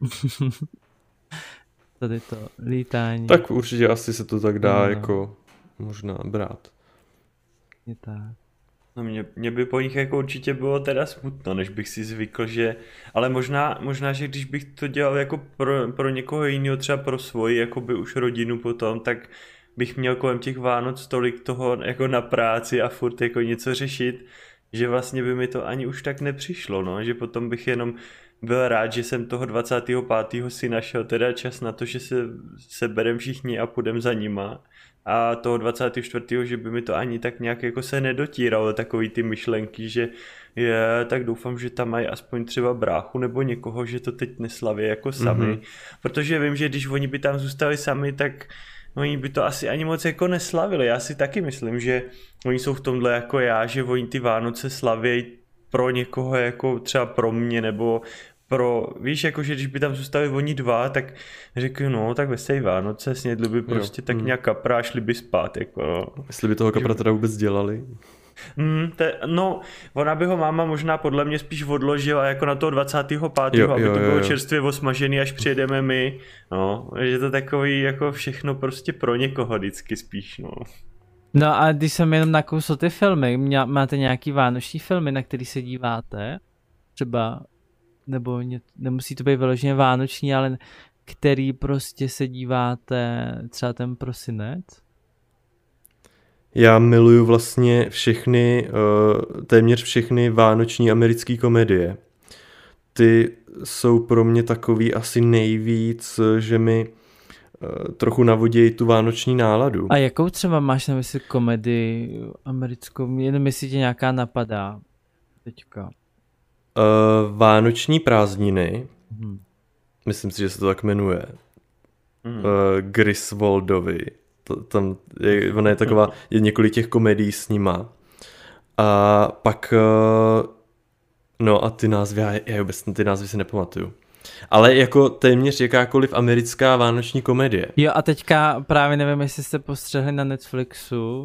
S3: Tady to lítání.
S2: Tak určitě asi se to tak dá jako možná brát.
S3: Je tak.
S1: No mě by po nich jako určitě bylo teda smutno, než bych si zvykl, že... Ale možná, že když bych to dělal jako pro někoho jiného, třeba pro svoji jakoby už rodinu potom, tak bych měl kolem těch Vánoc tolik toho jako na práci a furt jako něco řešit, že vlastně by mi to ani už tak nepřišlo, no, že potom bych jenom byl rád, že jsem toho 25. si našel teda čas na to, že se berem všichni a půjdem za nima. A toho 24. že by mi to ani tak nějak jako se nedotíralo, takový ty myšlenky, že tak doufám, že tam mají aspoň třeba bráchu nebo někoho, že to teď neslaví jako sami. Protože vím, že když oni by tam zůstali sami, tak oni by to asi ani moc jako neslavili. Já si taky myslím, že oni jsou v tomhle jako já, že oni ty Vánoce slavějí pro někoho jako třeba pro mě nebo víš, jakože když by tam zůstali oni dva, tak řekl, no, tak veselý Vánoce, snědli by prostě tak nějak kapra a šli by spát, jako no.
S2: Jestli by toho kapra teda vůbec dělali?
S1: No, ona by ho máma možná podle mě spíš odložila jako na toho 25.
S2: Jo,
S1: aby
S2: jo,
S1: to bylo
S2: jo.
S1: čerstvě osmažený, až přijedeme my. No, že to takový jako všechno prostě pro někoho vždycky spíš, no.
S3: No a když jsem jenom nakousl ty filmy, máte nějaký vánoční filmy, na který se díváte? Třeba, nebo nemusí to být vyloženě vánoční, ale který prostě se díváte třeba ten prosinec?
S2: Já miluju vlastně všechny, téměř všechny vánoční americké komedie. Ty jsou pro mě takový asi nejvíc, že mi trochu navodějí tu vánoční náladu.
S3: A jakou třeba máš na mysli komedii americkou? Jenom jestli tě nějaká napadá teďka.
S2: Vánoční prázdniny, myslím si, že se to tak jmenuje, Griswoldovi. Ona je taková, je několik těch komedií s nima. A pak, no a ty názvy, já vůbec ty názvy si nepamatuju. Ale jako téměř jakákoliv americká vánoční komedie.
S3: Jo a teďka právě nevím, jestli jste postřehli na Netflixu,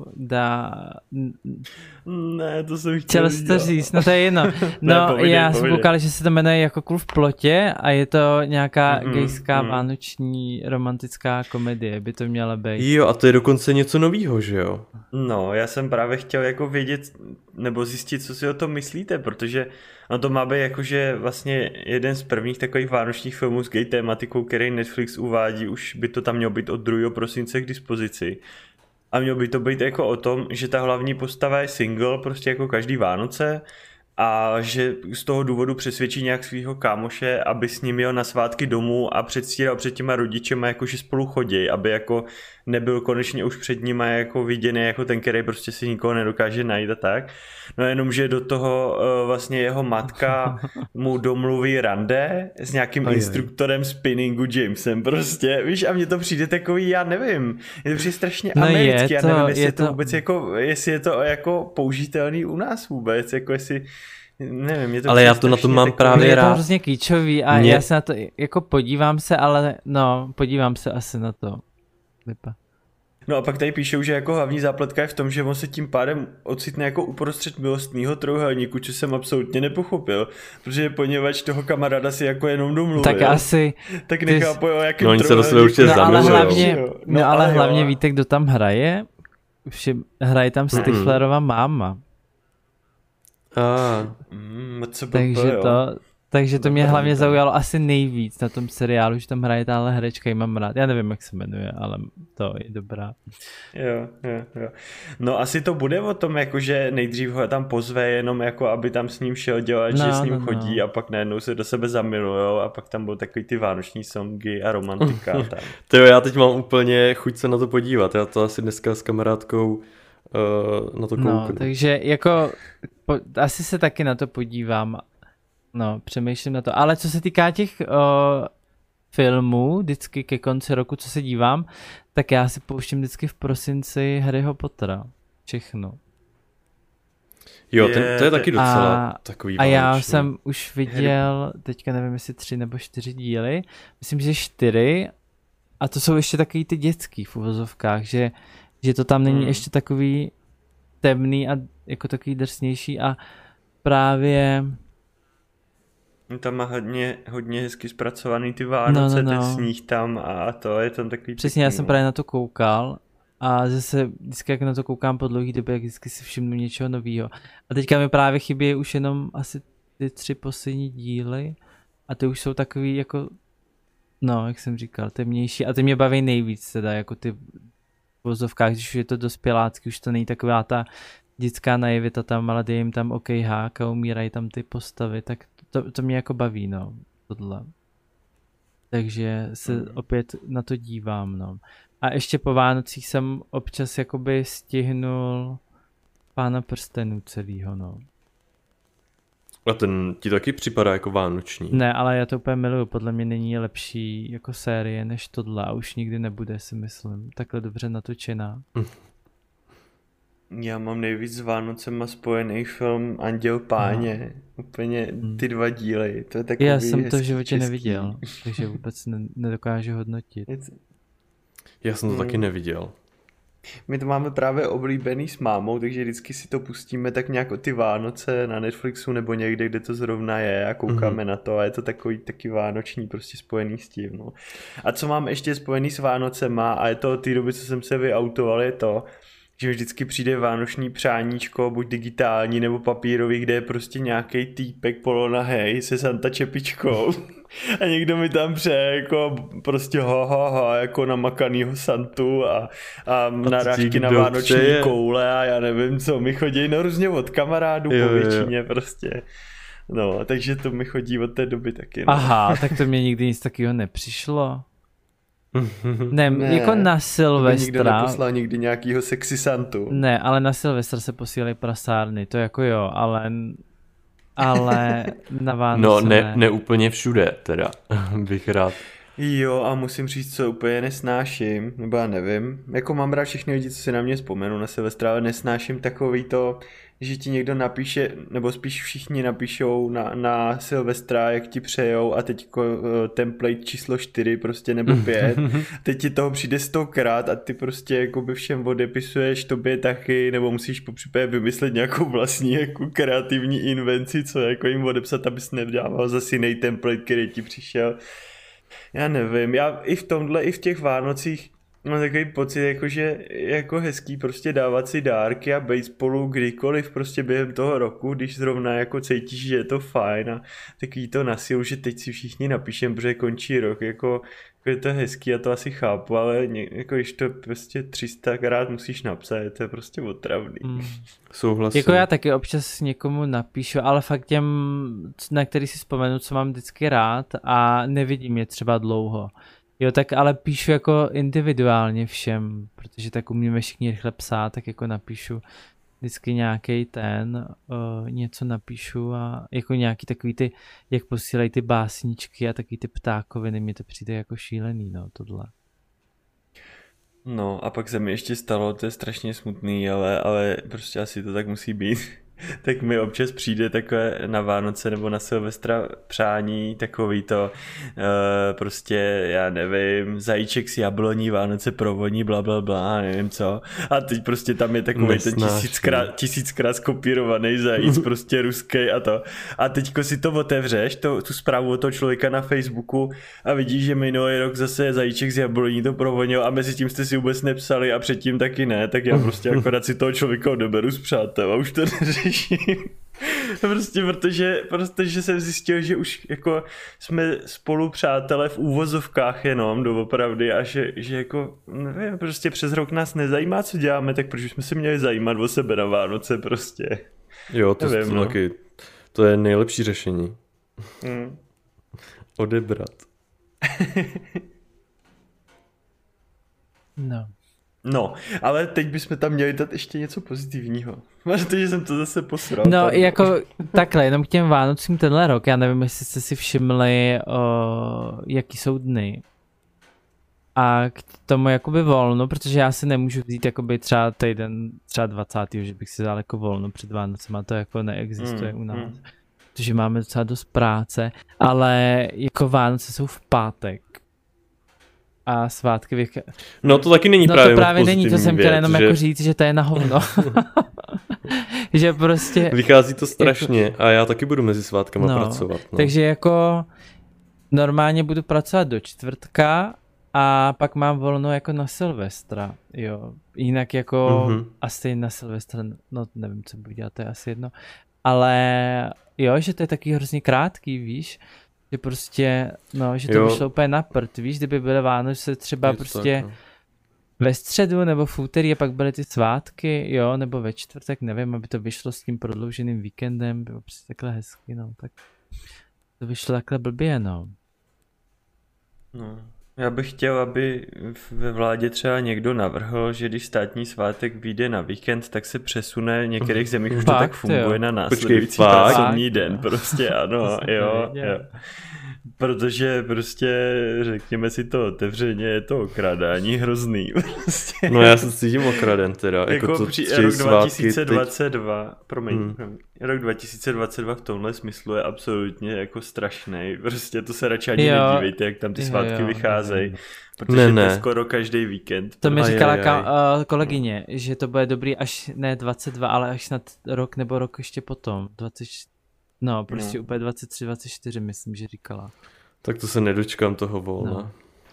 S1: Ne, to jsem chtěl
S3: to říct, no to je jedno. No já jsem koukal, že se to jmenuje jako Klub v plotě a je to nějaká gejská vánoční romantická komedie, by to měla být.
S2: Jo a to je dokonce něco novýho, že jo?
S1: No, já jsem právě chtěl jako vědět, nebo zjistit, co si o tom myslíte, protože no to má být jakože vlastně jeden z prvních takových vánočních filmů s gay tématikou, který Netflix uvádí, už by to tam mělo být od 2. prosince k dispozici. A mělo by to být jako o tom, že ta hlavní postava je single, prostě jako každý Vánoce, a že z toho důvodu přesvědčí nějak svého kámoše, aby s ním jel na svátky domů a předstíral před těma rodičema, jako že spolu chodí, aby jako nebyl konečně už před nima jako viděný jako ten, který prostě si nikoho nedokáže najít a tak. No jenom, že do toho vlastně jeho matka mu domluví rande s nějakým instruktorem spinningu Jamesem prostě, víš, a mně to přijde takový, já nevím, je to přijde strašně americký, já nevím, jestli je to vůbec jako, jestli je to jako použitelný u nás vůbec, jako jestli nevím, mě to
S2: ale já to na to mám
S1: takový,
S2: právě rád.
S3: Je to hrozně klíčový a já se na to, jako podívám se, ale no, podívám se asi na to. Vypa.
S1: No a pak tady píšou, že jako hlavní zápletka je v tom, že on se tím pádem ocitne jako uprostřed milostného trojúhelníku, což jsem absolutně nepochopil, protože poněvadž toho kamaráda si jako jenom domluvil.
S3: Tak asi...
S1: Tak nechápu, o jakým
S2: oni se do sebe určitě zamilujou.
S3: Ale hlavně víte, kdo tam hraje? Hraje tam Stiflerova máma. Takže to mě hlavně zaujalo asi nejvíc na tom seriálu, že tam hraje tahle herečka, ji mám rád. Já nevím, jak se jmenuje, ale to je dobrá.
S1: Jo. No asi to bude o tom, jakože nejdřív ho tam pozve jenom jako, aby tam s ním šel dělat, že s ním chodí a pak najednou se do sebe zamilujou a pak tam budou takový ty vánoční songy a romantika.
S2: To jo, já teď mám úplně chuť se na to podívat. Já to asi dneska s kamarádkou na to kouknu.
S3: No, takže jako asi se taky na to podívám. No, přemýšlím na to. Ale co se týká těch filmů, vždycky ke konci roku, co se dívám, tak já si pouštím vždycky v prosinci Harryho Pottera. Všechno.
S2: Jo, to je taky docela takový vánoční.
S3: A já jsem už viděl, teďka nevím, jestli 3 nebo 4 díly, myslím, že 4, a to jsou ještě takový ty dětský v uvozovkách, že to tam není ještě takový temný a jako takový drsnější a právě...
S1: Tam má hodně hezky zpracovaný ty Vánoce, ten sníh tam a to je tam takový...
S3: Přesně, já jsem právě na to koukal a zase vždycky jak na to koukám po dlouhý době, jak vždycky si všimnu něčeho nového. A teďka mi právě chybí už jenom asi ty 3 poslední díly a ty už jsou takový jako, no jak jsem říkal, temnější a ty mě baví nejvíc teda, jako ty v vozovkách, když už je to dospělácký, už to není taková ta dětská naivita tam, ale dej jim tam okejhák a umírají tam ty postavy, tak to mě jako baví, no, tohle. Takže se opět na to dívám, no. A ještě po Vánocích jsem občas jakoby stihnul Pána prstenů celýho, no.
S2: A ten ti taky připadá jako vánoční?
S3: Ne, ale já to úplně miluju, podle mě není lepší jako série než tohle a už nikdy nebude, si myslím. Takhle dobře natočená.
S1: Já mám nejvíc s Vánocema spojený film Anděl Páně. Úplně ty 2 díly. To je takový
S3: já jsem to v životě
S1: český.
S3: Neviděl, takže vůbec nedokážu hodnotit.
S2: Já jsem to taky neviděl.
S1: My to máme právě oblíbený s mámou, takže vždycky si to pustíme tak nějak o ty Vánoce na Netflixu nebo někde, kde to zrovna je a koukáme na to a je to takový taky vánoční prostě spojený s tím. No. A co mám ještě spojený s Vánocema a je to od té doby, co jsem se vyautoval, je to, že vždycky přijde vánoční přáníčko, buď digitální nebo papírový, kde je prostě nějaký týpek polonahej se Santa čepičkou a někdo mi tam přeje jako prostě jako namakanýho Santu a narážky na vánoční koule a já nevím co, mi chodí no různě od kamarádů po většině prostě. No, takže to mi chodí od té doby taky. No.
S3: Aha, tak to mě nikdy nic takového nepřišlo. Ne, jako na Silvestra.
S1: Nikdo neposlal nikdy nějakýho sexy Santu.
S3: Ne, ale na Silvestra se posílají prasárny, to jako jo, ale na Vánoce
S2: no, ne úplně všude, teda, bych rád.
S1: Jo, a musím říct, co úplně nesnáším, nebo já nevím, jako mám rád všechny lidi, co si na mě vzpomenu na Silvestra, ale nesnáším takový to, že ti někdo napíše, nebo spíš všichni napíšou na Silvestra, jak ti přejou a teďko template číslo 4 prostě nebo 5. Teď ti toho přijde 100krát a ty prostě jakoby všem odepisuješ tobě taky, nebo musíš popřípadě vymyslet nějakou vlastní jako kreativní invenci, co jako jim odepsat, abys nedával zase jiný template, který ti přišel. Já nevím, já i v tomhle, i v těch Vánocích mám takový pocit, jako, že jako hezký prostě dávat si dárky a být spolu kdykoliv prostě během toho roku, když zrovna jako cítíš, že je to fajn a takový to na sílu, že teď si všichni napíšem, protože končí rok, jako je to hezký, já to asi chápu, ale jako když to prostě 300krát musíš napsat, to je prostě otravný.
S2: Souhlasím.
S3: Jako já taky občas někomu napíšu, ale fakt těm, na který si vzpomenu, co mám vždycky rád a nevidím je třeba dlouho. Jo, tak ale píšu jako individuálně všem, protože tak umíme všichni rychle psát, tak jako napíšu vždycky nějaký něco napíšu a jako nějaký takový ty, jak posílají ty básničky a takový ty ptákoviny, mi to přijde jako šílený, no, tohle.
S1: No a pak se mi ještě stalo, to je strašně smutný, ale prostě asi to tak musí být. Tak mi občas přijde takové na Vánoce nebo na Silvestra přání, takový to prostě, já nevím, zajíček s jabloní, Vánoce provoní, blablabla, nevím co. A teď prostě tam je takový ten tisíckrát skopírovaný zajíc, prostě ruský a to. A teďko si to otevřeš, tu zprávu od toho člověka na Facebooku a vidíš, že minulý rok zase zajíček z jabloní to provonil a mezi tím jste si vůbec nepsali a předtím taky ne, tak já prostě akorát si toho člověka odeberu z přátel a už to neřeším. Prostě protože jsem zjistil, že už jako jsme spolu přátelé v úvozovkách jenom doopravdy a že jako nevím, prostě přes rok nás nezajímá, co děláme, tak proč jsme se měli zajímat o sebe na Vánoce prostě.
S2: Jo, to taky, to je nejlepší řešení. Odebrat.
S1: No, ale teď bychom tam měli dát ještě něco pozitivního. Protože jsem to zase posral.
S3: No, tady. Jako takhle, jenom k těm Vánocům tenhle rok, já nevím, jestli jste si všimli, jaký jsou dny. A k tomu jakoby volno, protože já si nemůžu vzít jakoby třeba týden, třeba 20. že bych si dal jako volno před Vánocema, to jako neexistuje u nás. Protože máme docela dost práce, ale jako Vánoce jsou v pátek. A svátky
S2: No to taky není
S3: právě. No to právě není, to jsem chtěl jenom jako říct, že to je na hovno. Že prostě...
S2: Vychází to strašně jako... a já taky budu mezi svátkama pracovat. No.
S3: Takže jako normálně budu pracovat do čtvrtka a pak mám volno jako na Silvestra, jo. Jinak jako asi na Silvestra, no nevím, co budu dělat, to je asi jedno. Ale jo, že to je taky hrozně krátký, víš. Že prostě, no, že to vyšlo úplně na prd, víš, kdyby byly Vánoce třeba prostě tak, no. Ve středu nebo v úterý a pak byly ty svátky, jo, nebo ve čtvrtek, nevím, aby to vyšlo s tím prodlouženým víkendem, bylo prostě takhle hezky, no, tak to vyšlo takhle blbě, no.
S1: No, já bych chtěl, aby ve vládě třeba někdo navrhl, že když státní svátek vyjde na víkend, tak se přesune, v některých zemích už to tak funguje na následující pracovní den, prostě ano, jo. Protože prostě, řekněme si to otevřeně, je to okradání hrozný. Prostě.
S2: No já se cítím okraden teda.
S1: Jako rok 2022, rok 2022 v tomhle smyslu je absolutně jako strašný. Prostě to se radši ani nedívejte, jak tam ty svátky vycházejí. nepřicházejí, protože to je skoro každý víkend.
S3: To mi říkala kolegyně, že to bude dobrý až ne 22, ale až na rok nebo rok ještě potom. Úplně 23, 24 myslím, že říkala.
S2: Tak to se nedočkám toho volna.
S3: No.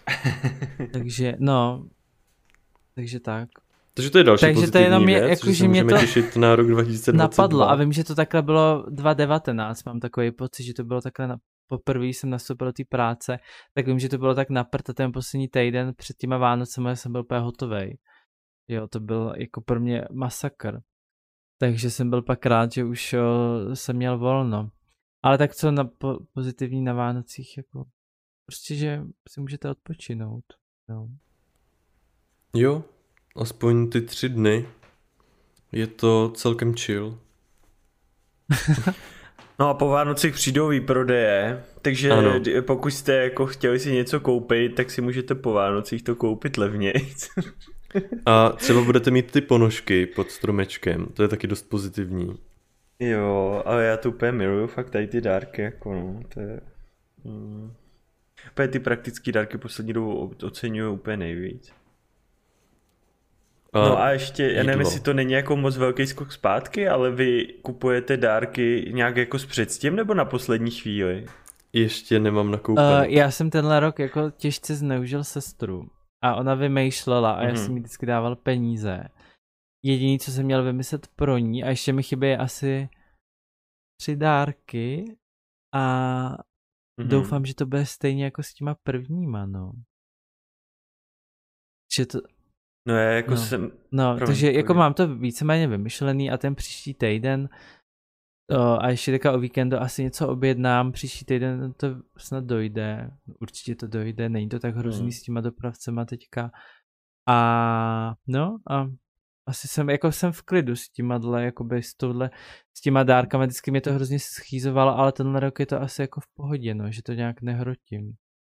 S3: Takže tak.
S2: Takže to je další pozitivní věc, že se můžeme těšit na rok 2022.
S3: Napadlo a vím, že to takhle bylo 2019, mám takový pocit, že to bylo takhle poprvé jsem nastoupil do té práce, tak vím, že to bylo tak naprt a ten poslední týden před těma Vánocema jsem byl úplně hotovej. Jo, to byl jako pro mě masakr. Takže jsem byl pak rád, že už jsem měl volno. Ale tak co na pozitivní na Vánocích, jako prostě, že si můžete odpočinout. No.
S2: Jo, aspoň ty 3 dny. Je to celkem chill.
S1: No a po Vánocích přijdou výprodeje, takže pokud jste jako chtěli si něco koupit, tak si můžete po Vánocích to koupit levněji.
S2: A třeba budete mít ty ponožky pod stromečkem, to je taky dost pozitivní.
S1: Jo, ale já to úplně miluju, fakt tady ty dárky, jako no, to je... Úplně ty praktické dárky poslední dobu oceňuju úplně nejvíc. No a ještě, já nevím, jestli to není jako moc velký skok zpátky, ale vy kupujete dárky nějak jako s předstím nebo na poslední chvíli?
S2: Ještě nemám nakoupené.
S3: Já jsem tenhle rok jako těžce zneužil sestru a ona vymýšlela a já jsem jí vždycky dával peníze. Jediný, co jsem měl vymyslet pro ní a ještě mi chybí asi 3 dárky a doufám, že to bude stejně jako s těma prvníma, no. Že to...
S1: No já jako jsem...
S3: No, takže jako mám to víceméně vymyšlený a ten příští týden a ještě teďka o víkendu asi něco objednám, příští týden to snad dojde, určitě to dojde, není to tak hrozný s těma dopravcema teďka a asi jsem v klidu s tímhle, jakoby s těma dárkama, vždycky mě to hrozně schýzovalo, ale tenhle rok je to asi jako v pohodě, no, že to nějak nehrotím.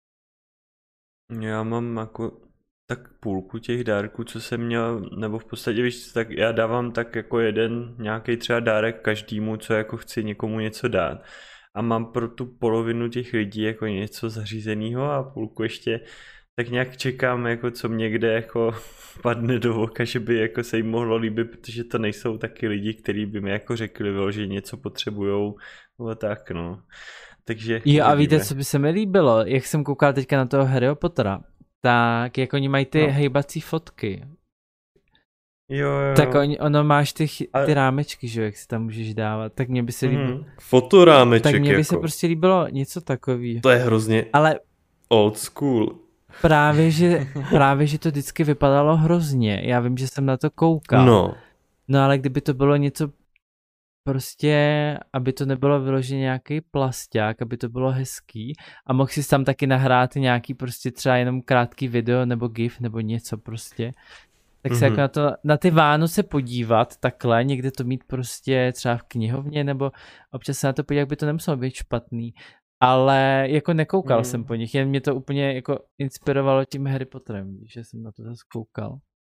S1: Já mám jako tak půlku těch dárků, co jsem měl, nebo v podstatě víš, tak já dávám tak jako jeden nějaký třeba dárek každému, co jako chci někomu něco dát. A mám pro tu polovinu těch lidí jako něco zařízeného a půlku ještě tak nějak čekám, jako co mě kde jako padne do oka, že by jako se jim mohlo líbit, protože to nejsou taky lidi, kteří by mi jako řekli, že něco potřebujou, nebo tak no. Takže...
S3: Jo a víte, co by se mi líbilo, jak jsem koukal teďka na toho Harryho Pottera, tak jak oni mají ty hejbací fotky.
S1: Jo.
S3: Tak ono máš ty rámečky, že jak si tam můžeš dávat, tak mě by se líbilo.
S2: Fotorámeček
S3: tak mě by
S2: jako.
S3: se prostě líbilo něco takového.
S2: To je hrozně old school.
S3: Právě, že to vždycky vypadalo hrozně. Já vím, že jsem na to koukal. No ale kdyby to bylo něco prostě, aby to nebylo vyloženě nějaký plasták, aby to bylo hezký a mohl si tam taky nahrát nějaký prostě třeba jenom krátký video nebo gif nebo něco prostě. Tak se jako na ty Vánoce podívat takhle, někde to mít prostě třeba v knihovně nebo občas se na to podívat, by to nemuselo být špatný. Ale jako nekoukal jsem po nich, jen mě to úplně jako inspirovalo tím Harry Potterem, že jsem na to zase koukal.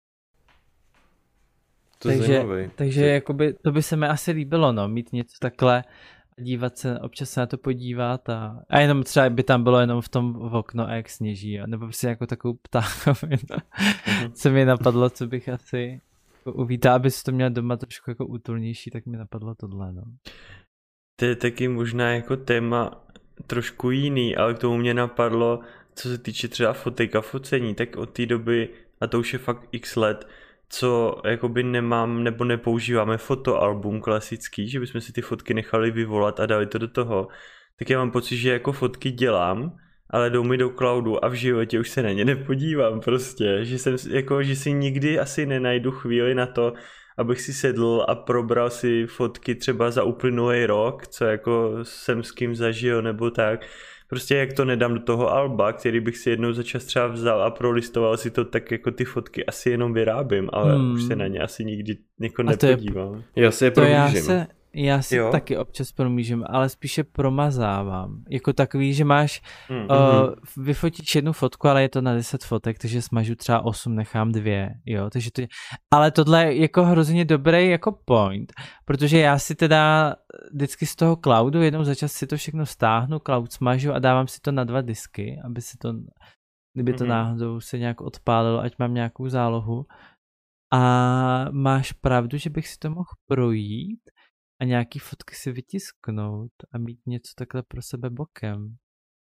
S3: Takže jakoby, to by se mi asi líbilo, no, mít něco takhle a dívat se, občas se na to podívat a jenom třeba by tam bylo jenom v tom okno a jak sněží, jo, nebo prostě jako takovou ptákovinu, co mi napadlo, co bych asi jako uvítal, aby si to měl doma trošku jako útulnější, tak mi napadlo tohle, no.
S1: To je taky možná jako téma trošku jiný, ale k tomu mě napadlo, co se týče třeba fotek a focení, tak od té doby, a to už je fakt x let, co jakoby nemám nebo nepoužíváme fotoalbum klasický, že bychom si ty fotky nechali vyvolat a dali to do toho, tak já mám pocit, že jako fotky dělám, ale jdou mi do cloudu a v životě už se na ně nepodívám prostě, že si nikdy asi nenajdu chvíli na to, abych si sedl a probral si fotky třeba za uplynulý rok, co jako jsem s kým zažil nebo tak. Prostě jak to nedám do toho alba, který bych si jednou za čas třeba vzal a prolistoval si to, tak jako ty fotky asi jenom vyrábím, ale už se na ně asi nikdy jako nepodívám.
S2: Já si je promížím.
S3: Já si taky občas promížím, ale spíše promazávám. Jako takový, že máš, vyfotíš jednu fotku, ale je to na 10 fotek, takže smažu třeba 8, nechám 2, jo, takže to je... Ale tohle je jako hrozně dobrý jako point, protože já si teda vždycky z toho cloudu jednou za čas si to všechno stáhnu, cloud smažu a dávám si to na 2 disky, aby si to kdyby to náhodou se nějak odpálilo, ať mám nějakou zálohu. A máš pravdu, že bych si to mohl projít a nějaký fotky si vytisknout a mít něco takhle pro sebe bokem.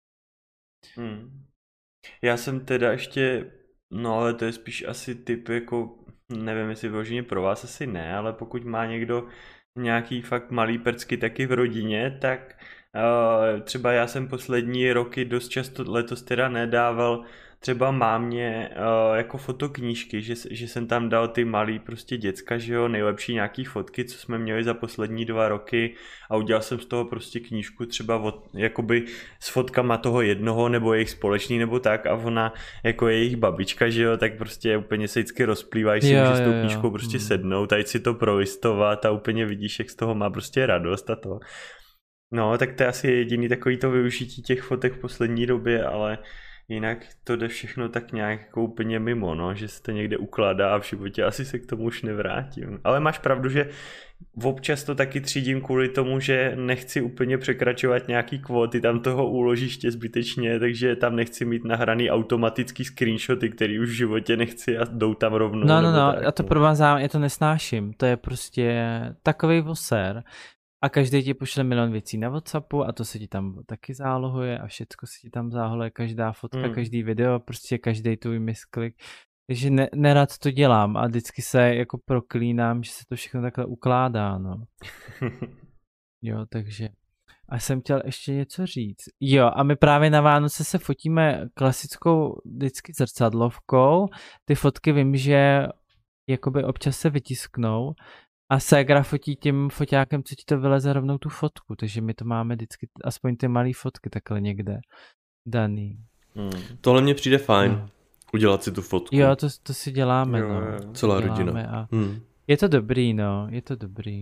S1: Já jsem teda ještě, no ale to je spíš asi typ jako, nevím jestli vyloženě pro vás asi ne, ale pokud má někdo nějaký fakt malý prcky taky v rodině, tak třeba já jsem poslední roky dost často, letos teda nedával třeba mámě jako fotoknížky, že jsem tam dal ty malý prostě děcka, že jo, nejlepší nějaký fotky, co jsme měli za poslední 2 roky a udělal jsem z toho prostě knížku třeba jakoby s fotkama toho jednoho nebo jejich společný nebo tak a ona jako jejich babička, že jo, tak prostě úplně se vždycky rozplývají si, může s tou knížkou prostě sednout a jít si to prolistovat a úplně vidíš, jak z toho má prostě radost a to. No, tak to je asi jediný takový to využití těch fotek v poslední době, ale jinak to jde všechno tak nějak jako úplně mimo, no, že se to někde ukládá a v životě asi se k tomu už nevrátím. Ale máš pravdu, že občas to taky třídím kvůli tomu, že nechci úplně překračovat nějaký kvóty tam toho úložiště zbytečně, takže tam nechci mít nahraný automatický screenshoty, který už v životě nechci a jdou tam rovnou.
S3: No, já to pro vás já to nesnáším, to je prostě takovej voser. A každý ti pošle milion věcí na WhatsAppu a to se ti tam taky zálohuje a všecko se ti tam zálohuje, každá fotka, každý video, prostě každý tvůj misklik. Takže nerad to dělám a vždycky se jako proklínám, že se to všechno takhle ukládá, no. Jo, takže. A jsem chtěl ještě něco říct. Jo, a my právě na Vánoce se fotíme klasickou vždycky zrcadlovkou. Ty fotky vím, že jakoby občas se vytisknou. A ségra fotí tím foťákem, co ti to vyleze rovnou tu fotku, takže my to máme vždycky aspoň ty malé fotky takhle někde daný.
S2: Tohle mně přijde fajn, udělat si tu fotku.
S3: Jo, to si děláme, no.
S2: Celá rodina.
S3: A je to dobrý, no, je to dobrý.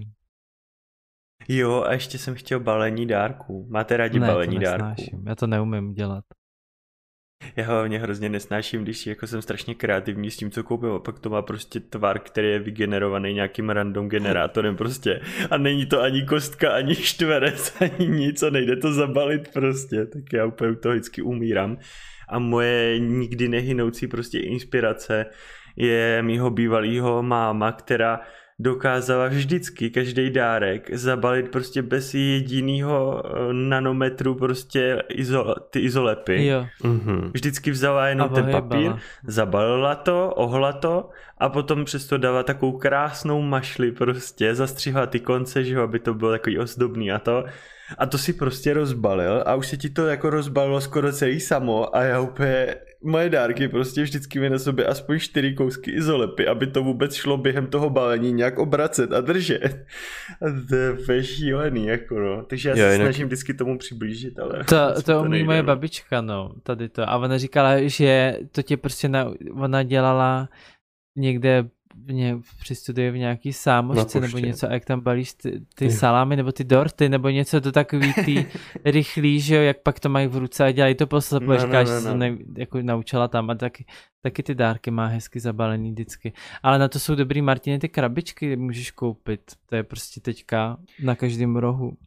S1: Jo, a ještě jsem chtěl balení dárků. Máte rádi balení dárků?
S3: Já to neumím dělat.
S1: Já hlavně hrozně nesnáším, když jako jsem strašně kreativní s tím, co koupím a pak to má prostě tvar, který je vygenerovaný nějakým random generátorem prostě a není to ani kostka, ani čtverec, ani nic a nejde to zabalit prostě, tak já úplně u toho vždycky umírám a moje nikdy nehynoucí prostě inspirace je mýho bývalýho máma, která dokázala vždycky každý dárek zabalit prostě bez jedinýho nanometru prostě ty izolepy.
S3: Jo.
S1: Vždycky vzala jenom ten papír, zabalila to, ohla to a potom přesto dala takovou krásnou mašli prostě, zastřihla ty konce, že aby to bylo takový ozdobný a to. A to si prostě rozbalil a už se ti to jako rozbalilo skoro celý samo a já úplně, moje dárky prostě vždycky mi na sobě aspoň 4 kousky izolepy, aby to vůbec šlo během toho balení nějak obracet a držet. A to je šílený, jako no. Takže já se snažím vždycky tomu přiblížit, ale...
S3: To umí moje babička, no, tady to. A ona říkala, že to tě prostě ona dělala někde při studiu v nějaký sámošce nebo něco a jak tam balíš ty salámy nebo ty dorty nebo něco to takový ty rychlý, že jo, jak pak to mají v ruce a dělají to posle, že se to jako naučila tam a taky ty dárky má hezky zabalený vždycky. Ale na to jsou dobrý, Martine, ty krabičky můžeš koupit, to je prostě teďka na každém rohu.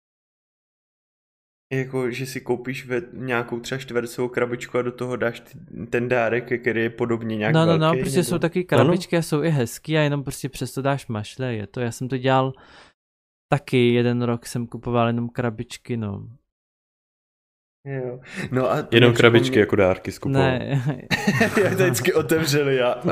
S1: Jako, že si koupíš nějakou třeba čtvercovou krabičku a do toho dáš ten dárek, který je podobně nějak velký.
S3: No, prostě nebo... jsou taky krabičky a jsou i hezký a jenom prostě přesto dáš mašle, je to. Já jsem to dělal taky, 1 rok jsem kupoval jenom krabičky, no.
S1: Jo. No a
S2: jenom krabičky jako dárky skupoval.
S3: Ne.
S1: Já to vždycky otevřeli a...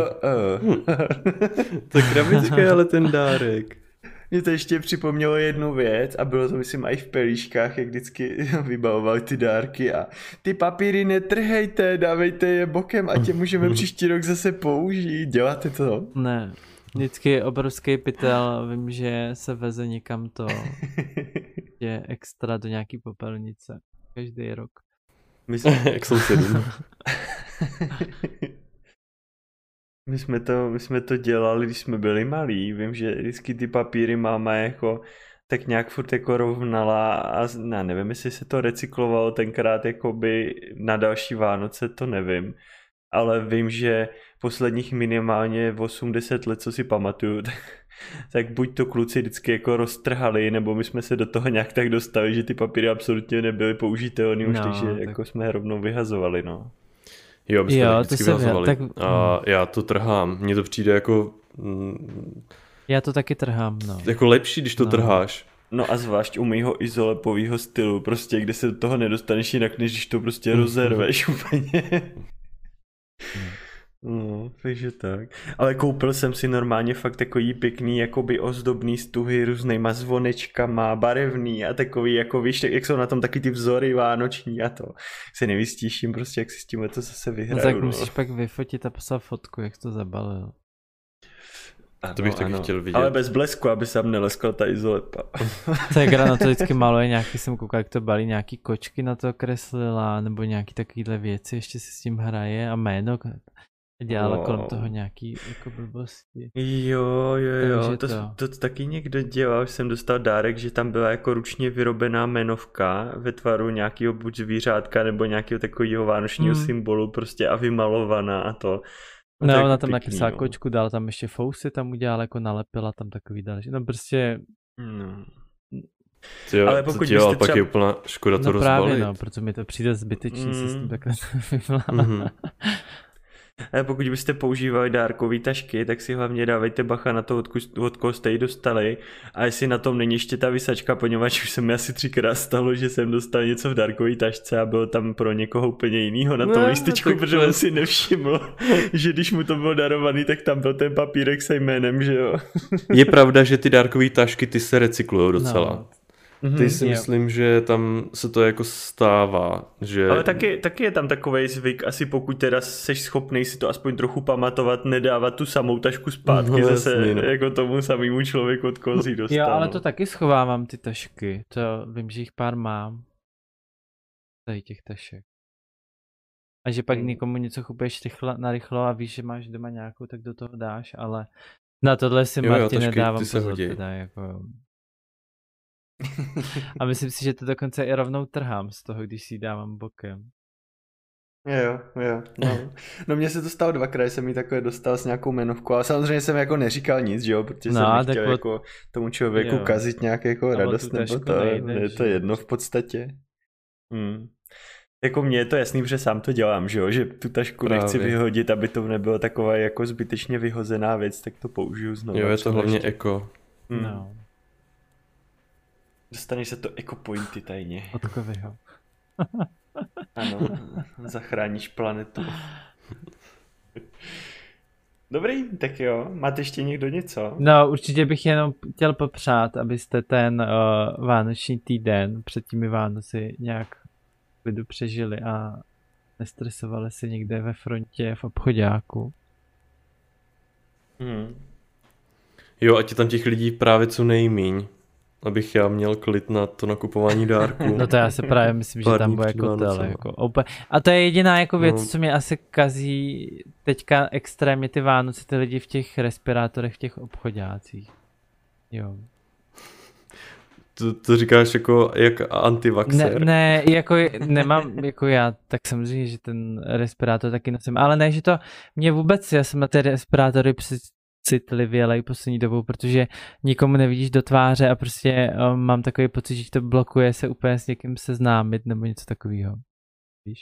S2: To krabička je ale ten dárek.
S1: Mě to ještě připomnělo jednu věc a bylo to myslím i v pelíškách, jak vždycky vybavovali ty dárky a ty papíry netrhejte, dávejte je bokem a tě můžeme příští rok zase použít, děláte to?
S3: Ne, vždycky obrovský pytel, vím, že se veze někam to je extra do nějaký popelnice, každý rok.
S2: Jak sousedům.
S1: My jsme to dělali, když jsme byli malí. Vím, že vždycky ty papíry máma jako tak nějak furt jako rovnala a nevím, jestli se to recyklovalo tenkrát jakoby na další Vánoce, to nevím. Ale vím, že posledních minimálně 80 let, co si pamatuju, tak buď to kluci vždycky jako roztrhali, nebo my jsme se do toho nějak tak dostali, že ty papíry absolutně nebyly použitelné už, takže tak... jako jsme je rovnou vyhazovali, no.
S2: Jo, abyste
S3: Jo,
S2: to
S3: to
S2: vždycky
S3: jsem
S2: vyhazovali.
S3: tak-
S2: A já to trhám. Mně to přijde
S3: Já to taky trhám, no.
S2: jako lepší, když to
S3: No.
S2: trháš.
S1: No a zvlášť u mýho izolepovýho stylu, prostě, kde se do toho nedostaneš jinak, než když to prostě rozerveš úplně. No, takže tak. Ale koupil jsem si normálně fakt takový pěkný, jakoby ozdobný stuhy různýma zvonečkama, barevný a takový, jako víš, jak jsou na tom taky ty vzory vánoční a to. Se nevystíším prostě, jak si s tím to zase
S3: No
S1: vyhraju.
S3: tak musíš pak vyfotit a poslat fotku, jak to zabalil.
S2: To bych taky chtěl vidět.
S1: Ale bez blesku, aby se tam neleskla ta izolepa.
S3: Tegra na to vždycky maluje nějaký, jsem koukal, jak to balí, nějaký kočky na to kreslila, nebo nějaký takovýhle věci, ještě si s tím hraje a jméno dělala kolem toho nějaký jako blbosti.
S1: Jo,
S3: Takže
S1: to taky někdo dělal, už jsem dostal dárek, že tam byla jako ručně vyrobená jmenovka ve tvaru nějakého buď zvířátka nebo nějakého takového vánočního symbolu prostě a vymalovaná a to.
S3: No,
S1: tak
S3: ona tam
S1: pěkný,
S3: nakreslila
S1: no.
S3: kočku, dala tam ještě fousy, tam udělala, jako nalepila tam takový další, no prostě,
S1: No.
S2: Jo,
S1: ale
S2: to
S1: pokud
S2: dělal,
S1: byste
S2: pak
S1: třeba-
S2: je úplná škoda to
S3: no právě
S2: rozbalit.
S3: no, protože mi to přijde zbytečný si s tím takhle
S2: Mhm.
S1: Ale pokud byste používali dárkové tašky, tak si hlavně dávejte bacha na to, od koho jste ji dostali. A jestli na tom není ještě ta vysačka, poněvadž už se mi asi 3krát stalo, že jsem dostal něco v dárkové tašce a bylo tam pro někoho úplně jinýho na tom
S2: Ne,
S1: lístečku,
S2: tak
S1: protože
S2: to-
S1: on si nevšiml, že když mu to bylo darovaný, tak tam byl ten papírek se jménem, že jo.
S2: Je pravda, že ty dárkové tašky, ty se recyklujou docela.
S3: No.
S2: Ty si
S3: jo.
S2: myslím, že tam se to jako stává, že...
S1: Ale taky je tam takovej zvyk, asi pokud teda seš schopnej si to aspoň trochu pamatovat, nedávat tu samou tašku zpátky
S2: No,
S1: zase
S2: jasně, no.
S1: jako tomu samému člověku, od koho si dostal.
S3: Jo, ale
S1: no.
S3: to taky schovávám ty tašky, to vím, že jich pár mám. Tady těch tašek. A že pak někomu něco chupuješ narychlo a víš, že máš doma nějakou, tak do toho dáš, ale na tohle si
S2: Jo,
S3: Martin
S2: tašky,
S3: nedávám
S2: ty se
S3: pozor
S2: hodí.
S3: teda, jako. A myslím si, že to dokonce i rovnou trhám z toho, když si ji dávám bokem.
S1: Jo, no. No mně se to stalo dvakrát, že jsem mi takové dostal s nějakou jmenovkou, ale samozřejmě jsem jako neříkal nic, že jo, protože
S3: No,
S1: jsem
S3: tak
S1: nechtěl jako tomu člověku
S3: jo.
S1: kazit nějak jako
S3: A o
S1: radost
S3: tu
S1: nebo
S3: tašku
S1: to,
S3: nejde,
S1: je to
S3: že?
S1: jedno v podstatě. Jako mně je to jasný, že sám to dělám, že jo, že tu tašku nechci
S2: Právě.
S1: vyhodit, aby to nebylo taková jako zbytečně vyhozená věc, tak to použiju znovu.
S2: Jo, je to
S1: třeba
S2: hlavně
S1: ještě.
S2: eko.
S3: No,
S1: Dostaneš se to eco pointy tajně.
S3: od Kovyho.
S1: Ano, zachráníš planetu. Dobrý, tak jo, máte ještě někdo něco?
S3: No, určitě bych jenom chtěl popřát, abyste ten vánoční týden před těmi Vánoci nějak v klidu přežili a nestresovali se někde ve frontě v obchoďáku.
S2: Jo, ať je tam těch lidí právě co nejmíň. Abych já měl klid na to nakupování dárků.
S3: No to já se právě myslím, že
S2: Pár
S3: tam
S2: dní
S3: bude
S2: před
S3: kotel.
S2: Vánocema.
S3: Jako, a to je jediná jako věc,
S2: No.
S3: co mě asi kazí teďka extrémně ty Vánoce, ty lidi v těch respirátorech, v těch obchoďácích. Jo.
S2: To říkáš jako jak antivaxer.
S3: Ne, jako nemám, jako já, tak samozřejmě, že ten respirátor taky nosím, ale ne, že to mě vůbec, já jsem na ty respirátory citlivělej poslední dobou, protože nikomu nevidíš do tváře a prostě mám takový pocit, že to blokuje se úplně s někým seznámit nebo něco takového. Víš?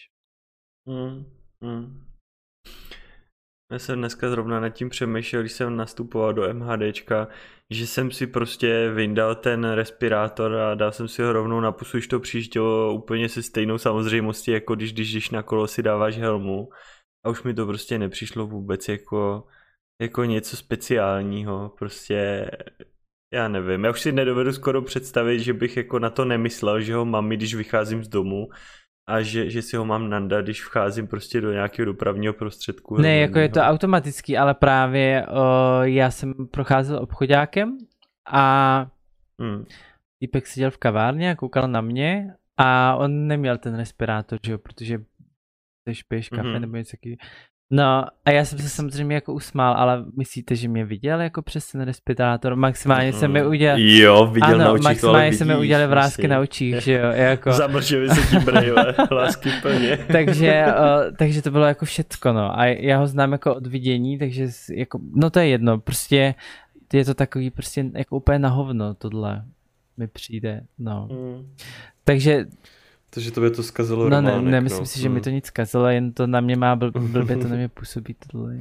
S1: Já jsem dneska zrovna nad tím přemýšlel, když jsem nastupoval do MHDčka, že jsem si prostě vyndal ten respirátor a dal jsem si ho rovnou na pusu, když to přijíždělo úplně se stejnou samozřejmostí, jako když na kolo si dáváš helmu. A už mi to prostě nepřišlo vůbec jako něco speciálního, prostě já nevím, já už si nedovedu skoro představit, že bych jako na to nemyslel, že ho mám, když vycházím z domu a že si ho mám nandat, když vcházím prostě do nějakého dopravního prostředku.
S3: Ne, jako je to automatický, ale právě já jsem procházel obchoďákem a týpek seděl v kavárně a koukal na mě a on neměl ten respirátor, že jo, protože když piješ kafe nebo něco takového. No a já jsem se samozřejmě jako usmál, ale myslíte, že mě viděl jako přes ten respirátor? Maximálně jsem mi udělal...
S2: Jo, viděl na očích, to ale
S3: maximálně jsem mi udělal vrásky na očích, že jo, jako...
S1: Zamlčeli se tím brejle, lásky plně.
S3: takže to bylo jako všecko, no. A já ho znám jako od vidění, takže jako, no to je jedno, prostě je to takový prostě jako úplně na hovno tohle mi přijde, no. Takže
S2: Takže to by to zkazilo
S3: No
S2: románek,
S3: nemyslím si, že mi to nic zkazilo, jen to na mě má blbě to na mě působí tohle.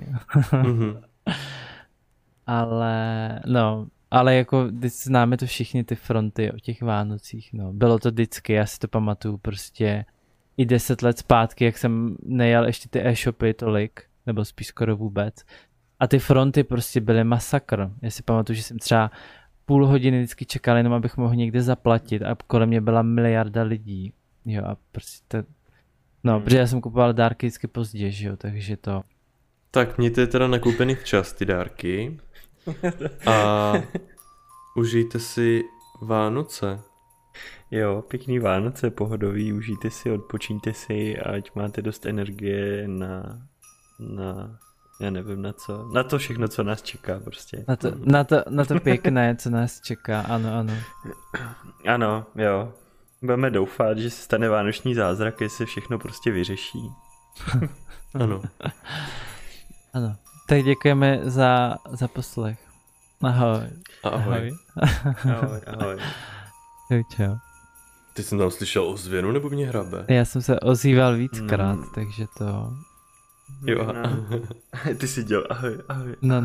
S3: Ale jako známe to všichni ty fronty o těch Vánocích, no. Bylo to vždycky, já si to pamatuju prostě i 10 let zpátky, jak jsem nejel ještě ty e-shopy tolik, nebo spíš skoro vůbec. A ty fronty prostě byly masakr. Já si pamatuju, že jsem třeba půl hodiny vždycky čekal jenom, abych mohl někde zaplatit a kolem mě byla miliarda lidí. Jo a prostě protože já jsem kupoval dárky vždycky pozdě, že jo, takže to...
S2: Tak mějte teda nakoupený včas ty dárky a užijte si Vánoce.
S1: Jo, pěkný Vánoce, pohodový, užijte si, odpočíňte si, ať máte dost energie na já nevím na co, na to všechno, co nás čeká prostě.
S3: Na to pěkné, co nás čeká, ano.
S1: Ano, jo. Budeme doufat, že se stane vánoční zázrak, že se všechno prostě vyřeší.
S2: Ano.
S3: Ano. Tak děkujeme za poslech. Ahoj.
S2: Ahoj.
S1: Ahoj.
S3: Čau.
S2: Ty jsem tam slyšel ozvěnu, nebo mě hrabe?
S3: Já jsem se ozýval víckrát, takže to...
S2: Jo.
S1: No. Ty si dělal ahoj.
S3: No.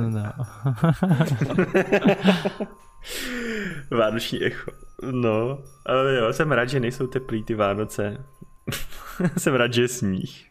S1: Vánoční echo. No, ale jo, jsem rád, že nejsou teplý ty Vánoce. Jsem rád, že je sníh.